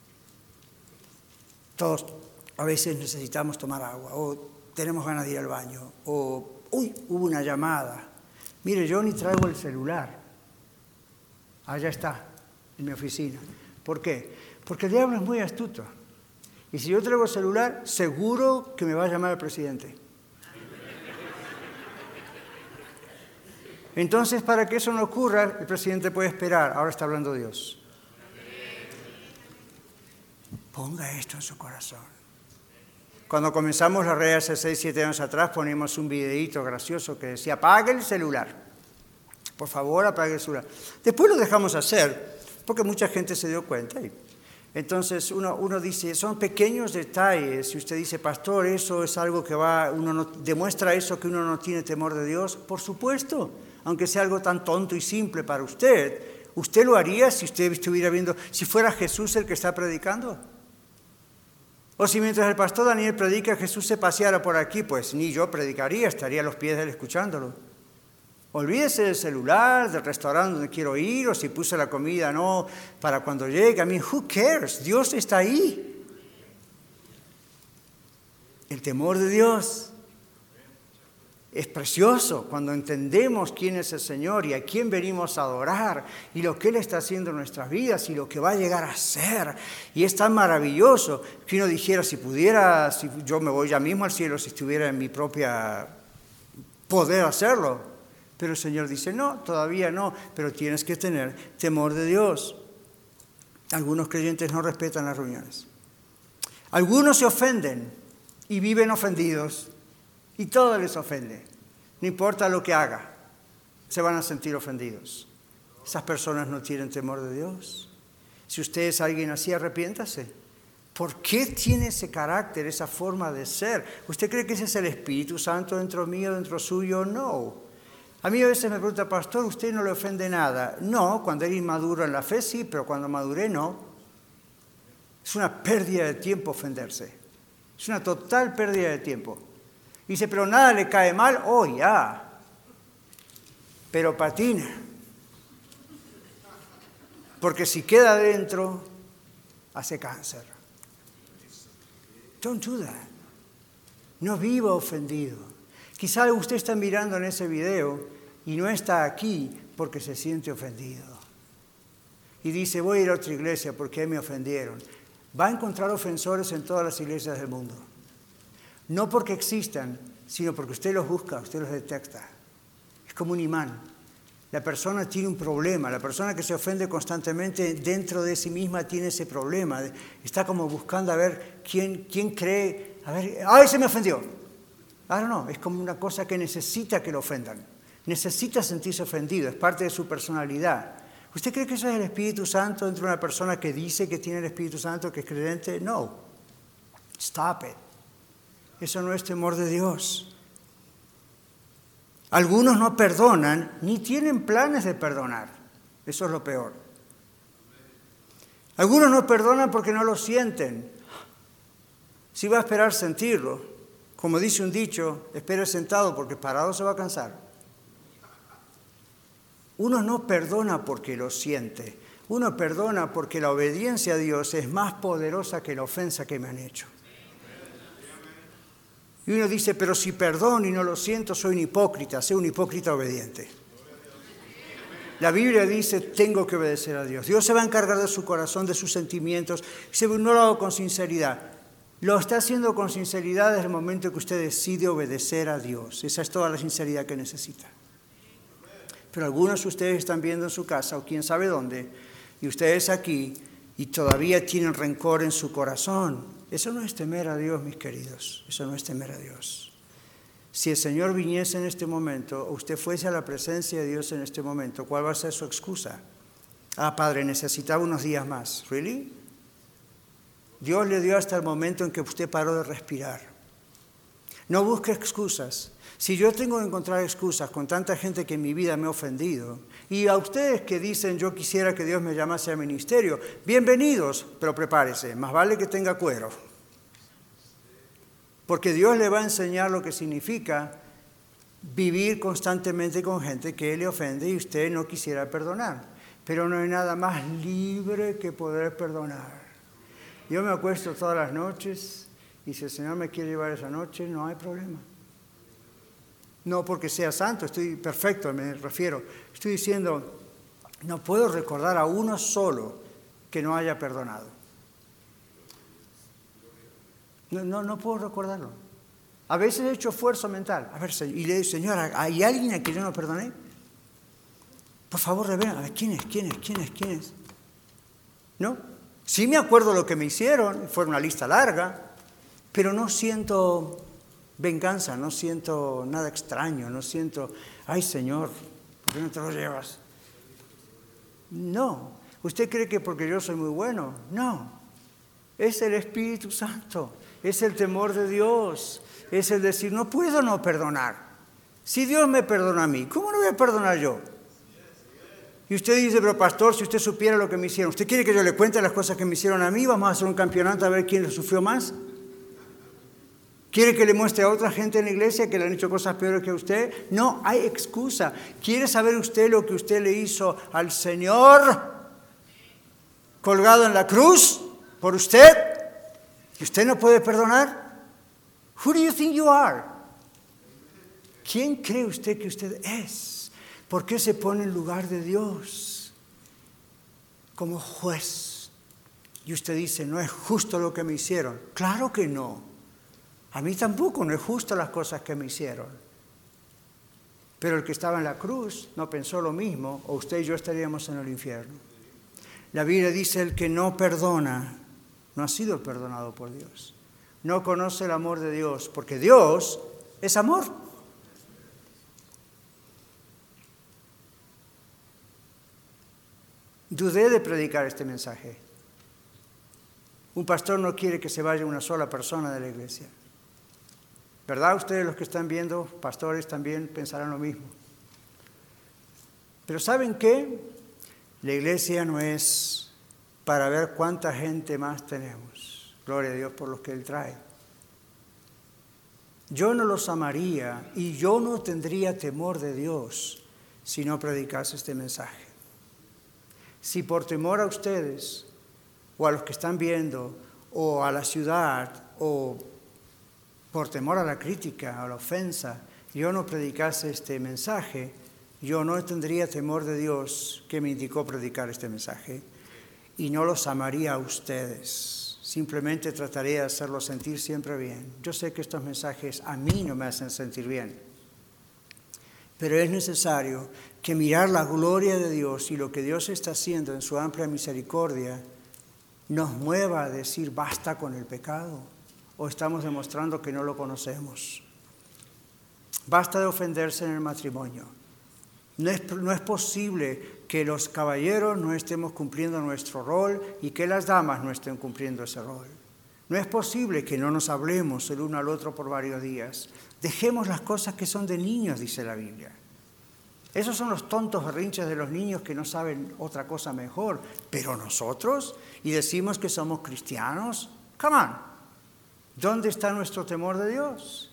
Todos a veces necesitamos tomar agua, o tenemos ganas de ir al baño, o, hubo una llamada. Mire, yo ni traigo el celular. Allá está, en mi oficina. ¿Por qué? Porque el diablo es muy astuto. Y si yo traigo el celular, seguro que me va a llamar el presidente. Entonces, para que eso no ocurra, el presidente puede esperar. Ahora está hablando Dios. Ponga esto en su corazón. Cuando comenzamos la red hace 6, 7 años atrás, ponimos un videíto gracioso que decía, apague el celular. Por favor, apague el celular. Después lo dejamos hacer, porque mucha gente se dio cuenta. Entonces uno dice, son pequeños detalles. Si usted dice, pastor, eso es algo que demuestra eso que uno no tiene temor de Dios. Por supuesto, aunque sea algo tan tonto y simple para usted, ¿usted lo haría si usted estuviera viendo, si fuera Jesús el que está predicando? O si mientras el pastor Daniel predica, Jesús se paseara por aquí, pues ni yo predicaría, estaría a los pies de él escuchándolo. Olvídese del celular, del restaurante donde quiero ir, o si puse la comida, no, para cuando llegue. I mean, who cares? Dios está ahí. El temor de Dios es precioso cuando entendemos quién es el Señor y a quién venimos a adorar y lo que Él está haciendo en nuestras vidas y lo que va a llegar a ser. Y es tan maravilloso que uno dijera, si yo me voy ya mismo al cielo, si estuviera en mi propia poder hacerlo. Pero el Señor dice, no, todavía no, pero tienes que tener temor de Dios. Algunos creyentes no respetan las reuniones. Algunos se ofenden y viven ofendidos y todo les ofende. No importa lo que haga, se van a sentir ofendidos. Esas personas no tienen temor de Dios. Si usted es alguien así, arrepiéntase. ¿Por qué tiene ese carácter, esa forma de ser? ¿Usted cree que ese es el Espíritu Santo dentro mío, dentro suyo? No. A mí a veces me pregunta, pastor, ¿usted no le ofende nada? No, cuando era inmaduro en la fe sí, pero cuando maduré no. Es una pérdida de tiempo ofenderse. Es una total pérdida de tiempo. Dice, pero nada le cae mal. Oh, ya. Pero patina. Porque si queda adentro, hace cáncer. Don't do that. No viva ofendido. Quizá usted está mirando en ese video y no está aquí porque se siente ofendido. Y dice, voy a ir a otra iglesia porque me ofendieron. Va a encontrar ofensores en todas las iglesias del mundo. No porque existan, sino porque usted los busca, usted los detecta. Es como un imán. La persona tiene un problema. La persona que se ofende constantemente dentro de sí misma tiene ese problema. Está como buscando a ver quién cree. A ver, ¡ay, se me ofendió! Ahora no, es como una cosa que necesita que lo ofendan. Necesita sentirse ofendido, es parte de su personalidad. ¿Usted cree que eso es el Espíritu Santo dentro de una persona que dice que tiene el Espíritu Santo, que es creyente? No. Stop it. Eso no es temor de Dios. Algunos no perdonan, ni tienen planes de perdonar. Eso es lo peor. Algunos no perdonan porque no lo sienten. Si va a esperar sentirlo. Como dice un dicho, espere sentado porque parado se va a cansar. Uno no perdona porque lo siente. Uno perdona porque la obediencia a Dios es más poderosa que la ofensa que me han hecho. Y uno dice, pero si perdono y no lo siento, soy un hipócrita. Soy un hipócrita obediente. La Biblia dice, tengo que obedecer a Dios. Dios se va a encargar de su corazón, de sus sentimientos. Si no lo hago con sinceridad. Lo está haciendo con sinceridad desde el momento que usted decide obedecer a Dios. Esa es toda la sinceridad que necesita. Pero algunos de ustedes están viendo en su casa o quién sabe dónde, y ustedes aquí, y todavía tienen rencor en su corazón. Eso no es temer a Dios, mis queridos. Eso no es temer a Dios. Si el Señor viniese en este momento, o usted fuese a la presencia de Dios en este momento, ¿cuál va a ser su excusa? Ah, Padre, necesitaba unos días más. ¿Really? Dios le dio hasta el momento en que usted paró de respirar. No busque excusas. Si yo tengo que encontrar excusas con tanta gente que en mi vida me ha ofendido, y a ustedes que dicen yo quisiera que Dios me llamase al ministerio, bienvenidos, pero prepárese, más vale que tenga cuero. Porque Dios le va a enseñar lo que significa vivir constantemente con gente que le ofende y usted no quisiera perdonar. Pero no hay nada más libre que poder perdonar. Yo me acuesto todas las noches y si el Señor me quiere llevar esa noche, no hay problema. No porque sea santo, estoy perfecto, me refiero. Estoy diciendo, no puedo recordar a uno solo que no haya perdonado. No puedo recordarlo. A veces he hecho esfuerzo mental. A ver, y le digo, Señor, ¿hay alguien a quien yo no perdoné? Por favor, revela, a ver, ¿quién es? ¿No? Sí me acuerdo lo que me hicieron, fue una lista larga, pero no siento venganza, no siento nada extraño, no siento, ay Señor, ¿por qué no te lo llevas? No. ¿Usted cree que porque yo soy muy bueno? No. Es el Espíritu Santo, es el temor de Dios, es el decir, no puedo no perdonar. Si Dios me perdona a mí, ¿cómo no voy a perdonar yo? Y usted dice, pero pastor, si usted supiera lo que me hicieron, ¿usted quiere que yo le cuente las cosas que me hicieron a mí? Vamos a hacer un campeonato a ver quién le sufrió más. ¿Quiere que le muestre a otra gente en la iglesia que le han hecho cosas peores que a usted? No hay excusa. ¿Quiere saber usted lo que usted le hizo al Señor colgado en la cruz por usted? ¿Y usted no puede perdonar? Who do you think you are? ¿Quién cree usted que usted es? ¿Por qué se pone en lugar de Dios como juez? Y usted dice, no es justo lo que me hicieron. Claro que no. A mí tampoco no es justo las cosas que me hicieron. Pero el que estaba en la cruz no pensó lo mismo, o usted y yo estaríamos en el infierno. La Biblia dice, el que no perdona, no ha sido perdonado por Dios. No conoce el amor de Dios, porque Dios es amor. Dudé de predicar este mensaje. Un pastor no quiere que se vaya una sola persona de la iglesia. ¿Verdad? Ustedes los que están viendo, pastores también pensarán lo mismo. Pero ¿saben qué? La iglesia no es para ver cuánta gente más tenemos. Gloria a Dios por los que Él trae. Yo no los amaría y yo no tendría temor de Dios si no predicase este mensaje. Si por temor a ustedes, o a los que están viendo, o a la ciudad, o por temor a la crítica, a la ofensa, yo no predicase este mensaje, yo no tendría temor de Dios que me indicó predicar este mensaje, y no los amaría a ustedes. Simplemente trataría de hacerlos sentir siempre bien. Yo sé que estos mensajes a mí no me hacen sentir bien. Pero es necesario que mirar la gloria de Dios y lo que Dios está haciendo en su amplia misericordia nos mueva a decir basta con el pecado, o estamos demostrando que no lo conocemos. Basta de ofenderse en el matrimonio. No es posible que los caballeros no estemos cumpliendo nuestro rol y que las damas no estén cumpliendo ese rol. No es posible que no nos hablemos el uno al otro por varios días. Dejemos las cosas que son de niños, dice la Biblia. Esos son los tontos berrinches de los niños que no saben otra cosa mejor. Pero nosotros, y decimos que somos cristianos, come on, ¿dónde está nuestro temor de Dios?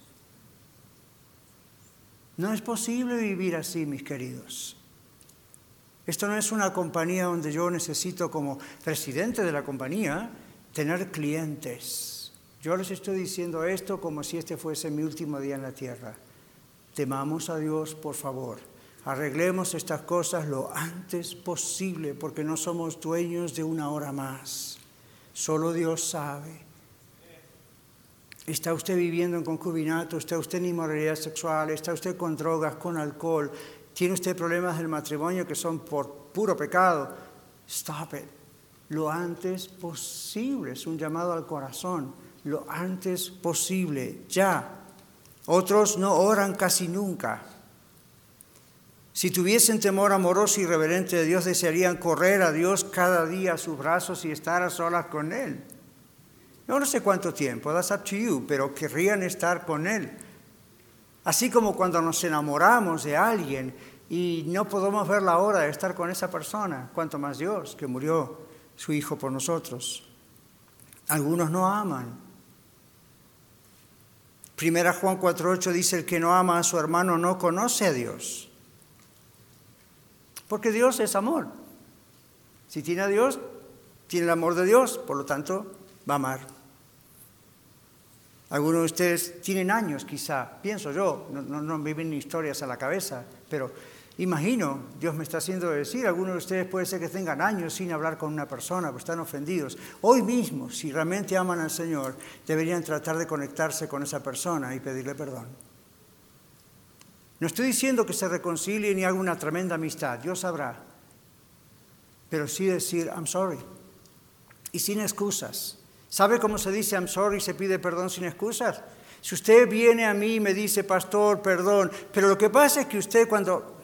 No es posible vivir así, mis queridos. Esto no es una compañía donde yo necesito, como presidente de la compañía, tener clientes. Yo les estoy diciendo esto como si este fuese mi último día en la tierra. Temamos a Dios, por favor. Arreglemos estas cosas lo antes posible, porque no somos dueños de una hora más. Solo Dios sabe. ¿Está usted viviendo en concubinato? ¿Está usted en inmoralidad sexual? ¿Está usted con drogas, con alcohol? ¿Tiene usted problemas del matrimonio que son por puro pecado? Stop it. Lo antes posible. Es un llamado al corazón. Lo antes posible. Ya. Otros no oran casi nunca. Si tuviesen temor amoroso y reverente de Dios, desearían correr a Dios cada día a sus brazos y estar a solas con Él. Yo no sé cuánto tiempo, that's up to you, pero querrían estar con Él. Así como cuando nos enamoramos de alguien y no podemos ver la hora de estar con esa persona, cuanto más Dios, que murió su Hijo por nosotros. Algunos no aman. 1 Juan 4:8 dice, el que no ama a su hermano no conoce a Dios. Porque Dios es amor. Si tiene a Dios, tiene el amor de Dios, por lo tanto, va a amar. Algunos de ustedes tienen años quizá, pienso yo, no me vienen historias a la cabeza, pero imagino, Dios me está haciendo decir, algunos de ustedes puede ser que tengan años sin hablar con una persona, pues están ofendidos. Hoy mismo, si realmente aman al Señor, deberían tratar de conectarse con esa persona y pedirle perdón. No estoy diciendo que se reconcilien y hagan una tremenda amistad, Dios sabrá. Pero sí decir, I'm sorry. Y sin excusas. ¿Sabe cómo se dice I'm sorry y se pide perdón sin excusas? Si usted viene a mí y me dice, pastor, perdón, pero lo que pasa es que usted cuando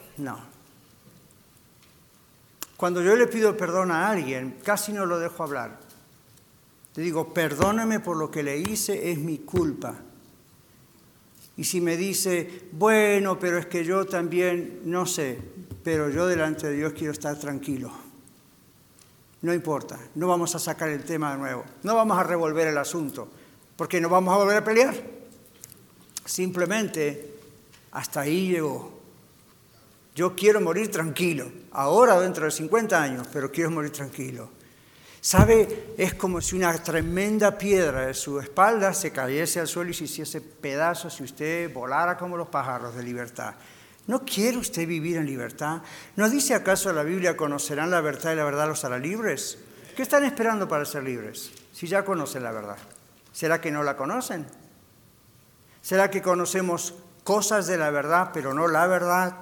yo le pido perdón a alguien, casi no lo dejo hablar. Le digo, perdóname por lo que le hice, es mi culpa. Y si me dice, bueno, pero es que yo también, no sé, pero yo delante de Dios quiero estar tranquilo. No importa, no vamos a sacar el tema de nuevo, no vamos a revolver el asunto, porque no vamos a volver a pelear. Simplemente, hasta ahí llegó. Yo quiero morir tranquilo, ahora dentro de 50 años, pero quiero morir tranquilo. ¿Sabe? Es como si una tremenda piedra de su espalda se cayese al suelo y se hiciese pedazos y usted volara como los pájaros de libertad. ¿No quiere usted vivir en libertad? ¿No dice acaso la Biblia, conocerán la verdad y la verdad los hará libres? ¿Qué están esperando para ser libres? Si ya conocen la verdad. ¿Será que no la conocen? ¿Será que conocemos cosas de la verdad, pero no la verdad?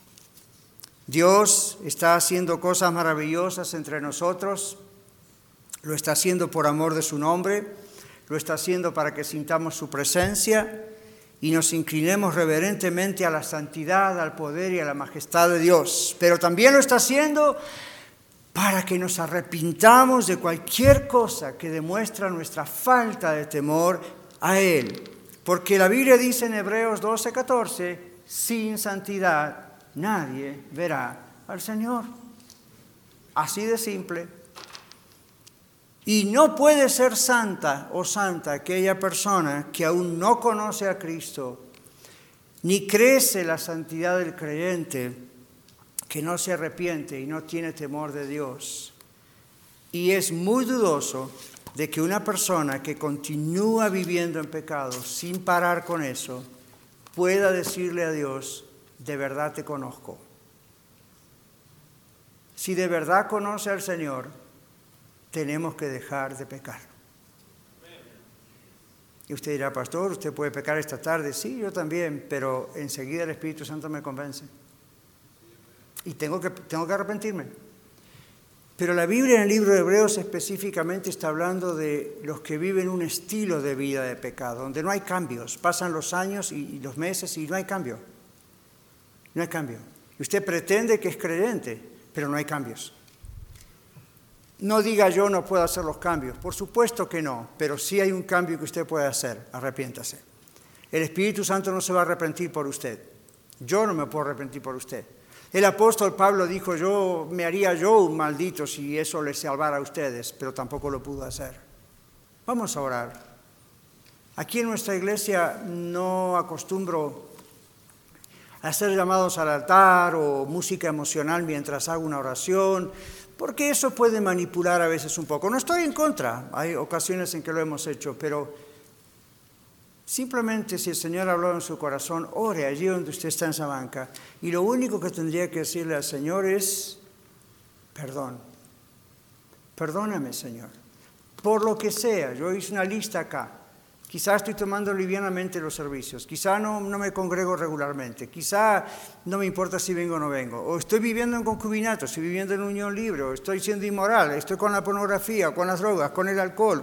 Dios está haciendo cosas maravillosas entre nosotros. Lo está haciendo por amor de su nombre. Lo está haciendo para que sintamos su presencia y nos inclinemos reverentemente a la santidad, al poder y a la majestad de Dios. Pero también lo está haciendo para que nos arrepintamos de cualquier cosa que demuestra nuestra falta de temor a Él. Porque la Biblia dice en Hebreos 12:14, sin santidad nadie verá al Señor. Así de simple. Y no puede ser santa o santa aquella persona que aún no conoce a Cristo, ni crece la santidad del creyente, que no se arrepiente y no tiene temor de Dios. Y es muy dudoso de que una persona que continúa viviendo en pecado sin parar con eso, pueda decirle a Dios, de verdad te conozco. Si de verdad conoce al Señor, tenemos que dejar de pecar. Y usted dirá, pastor, ¿usted puede pecar esta tarde? Sí, yo también, pero enseguida el Espíritu Santo me convence. Y tengo que arrepentirme. Pero la Biblia en el libro de Hebreos específicamente está hablando de los que viven un estilo de vida de pecado, donde no hay cambios. Pasan los años y los meses y no hay cambio. No hay cambio. Y usted pretende que es creyente, pero no hay cambios. No diga yo no puedo hacer los cambios. Por supuesto que no, pero sí hay un cambio que usted puede hacer. Arrepiéntase. El Espíritu Santo no se va a arrepentir por usted. Yo no me puedo arrepentir por usted. El apóstol Pablo dijo, me haría yo un maldito si eso les salvara a ustedes, pero tampoco lo pudo hacer. Vamos a orar. Aquí en nuestra iglesia no acostumbro a hacer llamados al altar o música emocional mientras hago una oración, porque eso puede manipular a veces un poco. No estoy en contra, hay ocasiones en que lo hemos hecho, pero simplemente si el Señor habló en su corazón, ore allí donde usted está en esa banca. Y lo único que tendría que decirle al Señor es, perdón. Perdóname, Señor. Por lo que sea, yo hice una lista acá. Quizá estoy tomando livianamente los servicios, quizá no me congrego regularmente, quizá no me importa si vengo o no vengo, o estoy viviendo en concubinato, estoy viviendo en unión libre, o estoy siendo inmoral, estoy con la pornografía, con las drogas, con el alcohol,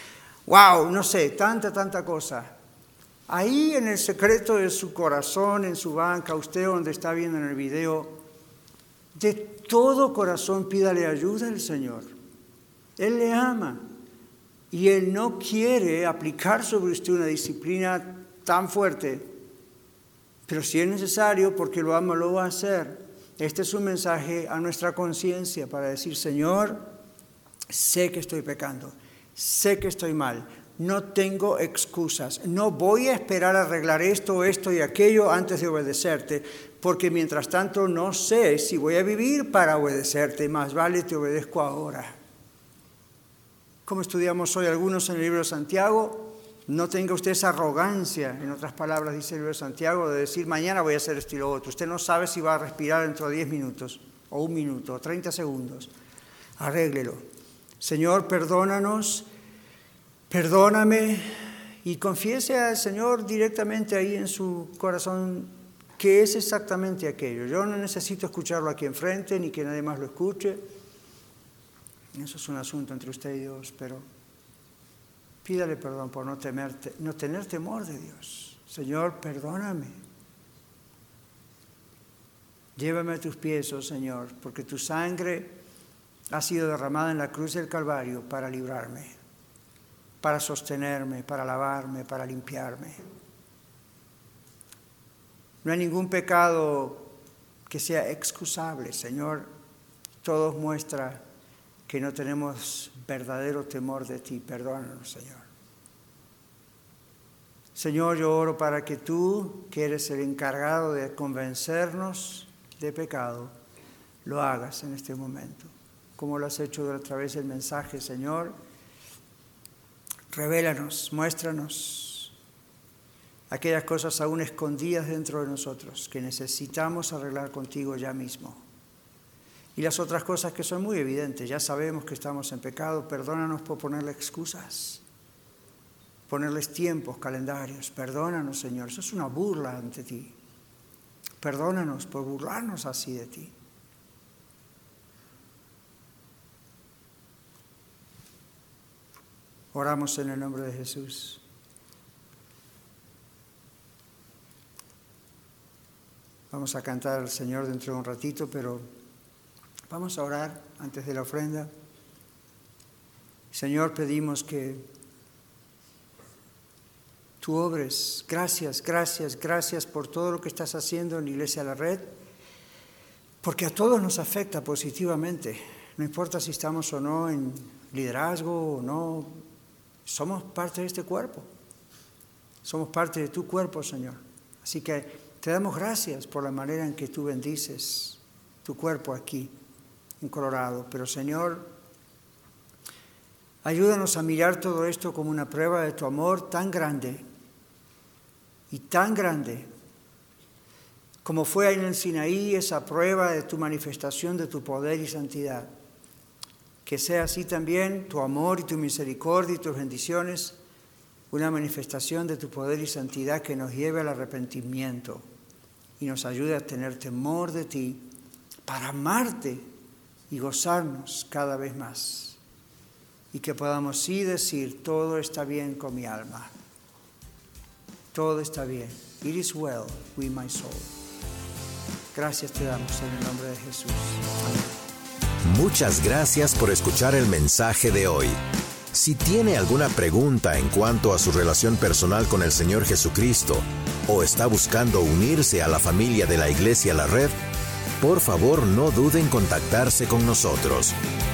no sé, tanta cosa. Ahí en el secreto de su corazón, en su banca, usted donde está viendo en el video, de todo corazón pídale ayuda al Señor. Él le ama. Y Él no quiere aplicar sobre usted una disciplina tan fuerte, pero si es necesario, porque lo ama, lo va a hacer. Este es un mensaje a nuestra conciencia para decir, Señor, sé que estoy pecando, sé que estoy mal, no tengo excusas, no voy a esperar a arreglar esto y aquello antes de obedecerte, porque mientras tanto no sé si voy a vivir para obedecerte, más vale te obedezco ahora. Como estudiamos hoy algunos en el libro de Santiago, no tenga usted esa arrogancia, en otras palabras dice el libro de Santiago, de decir mañana voy a hacer esto y lo otro. Usted no sabe si va a respirar dentro de 10 minutos, o 1 minuto, o 30 segundos. Arréglelo. Señor, perdónanos, perdóname, y confiese al Señor directamente ahí en su corazón qué es exactamente aquello. Yo no necesito escucharlo aquí enfrente, ni que nadie más lo escuche. Eso es un asunto entre usted y Dios, pero pídale perdón por no tener temor de Dios. Señor, perdóname. Llévame a tus pies, oh Señor, porque tu sangre ha sido derramada en la cruz del Calvario para librarme. para sostenerme, para lavarme, para limpiarme. No hay ningún pecado que sea excusable, Señor. Todo muestra que no tenemos verdadero temor de ti. Perdónanos, Señor. Señor, yo oro para que tú, que eres el encargado de convencernos de pecado, lo hagas en este momento, como lo has hecho a través del mensaje, Señor. Revélanos, muéstranos aquellas cosas aún escondidas dentro de nosotros que necesitamos arreglar contigo ya mismo. Y las otras cosas que son muy evidentes, ya sabemos que estamos en pecado, perdónanos por ponerle excusas, ponerles tiempos, calendarios. Perdónanos, Señor, eso es una burla ante ti. Perdónanos por burlarnos así de ti. Oramos en el nombre de Jesús. Vamos a cantar al Señor dentro de un ratito, pero vamos a orar antes de la ofrenda. Señor, pedimos que tú obres. Gracias, gracias, gracias por todo lo que estás haciendo en la Iglesia La Red, porque a todos nos afecta positivamente. No importa si estamos o no en liderazgo o no, somos parte de este cuerpo. Somos parte de tu cuerpo, Señor. Así que te damos gracias por la manera en que tú bendices tu cuerpo aquí en Colorado. Pero, Señor, ayúdanos a mirar todo esto como una prueba de tu amor tan grande y tan grande como fue en el Sinaí esa prueba de tu manifestación de tu poder y santidad. Que sea así también tu amor y tu misericordia y tus bendiciones, una manifestación de tu poder y santidad que nos lleve al arrepentimiento y nos ayude a tener temor de ti para amarte y gozarnos cada vez más. Y que podamos sí decir, todo está bien con mi alma. Todo está bien. It is well with my soul. Gracias te damos en el nombre de Jesús. Amén.
Muchas gracias por escuchar el mensaje de hoy. Si tiene alguna pregunta en cuanto a su relación personal con el Señor Jesucristo o está buscando unirse a la familia de la Iglesia La Red, por favor no duden en contactarse con nosotros.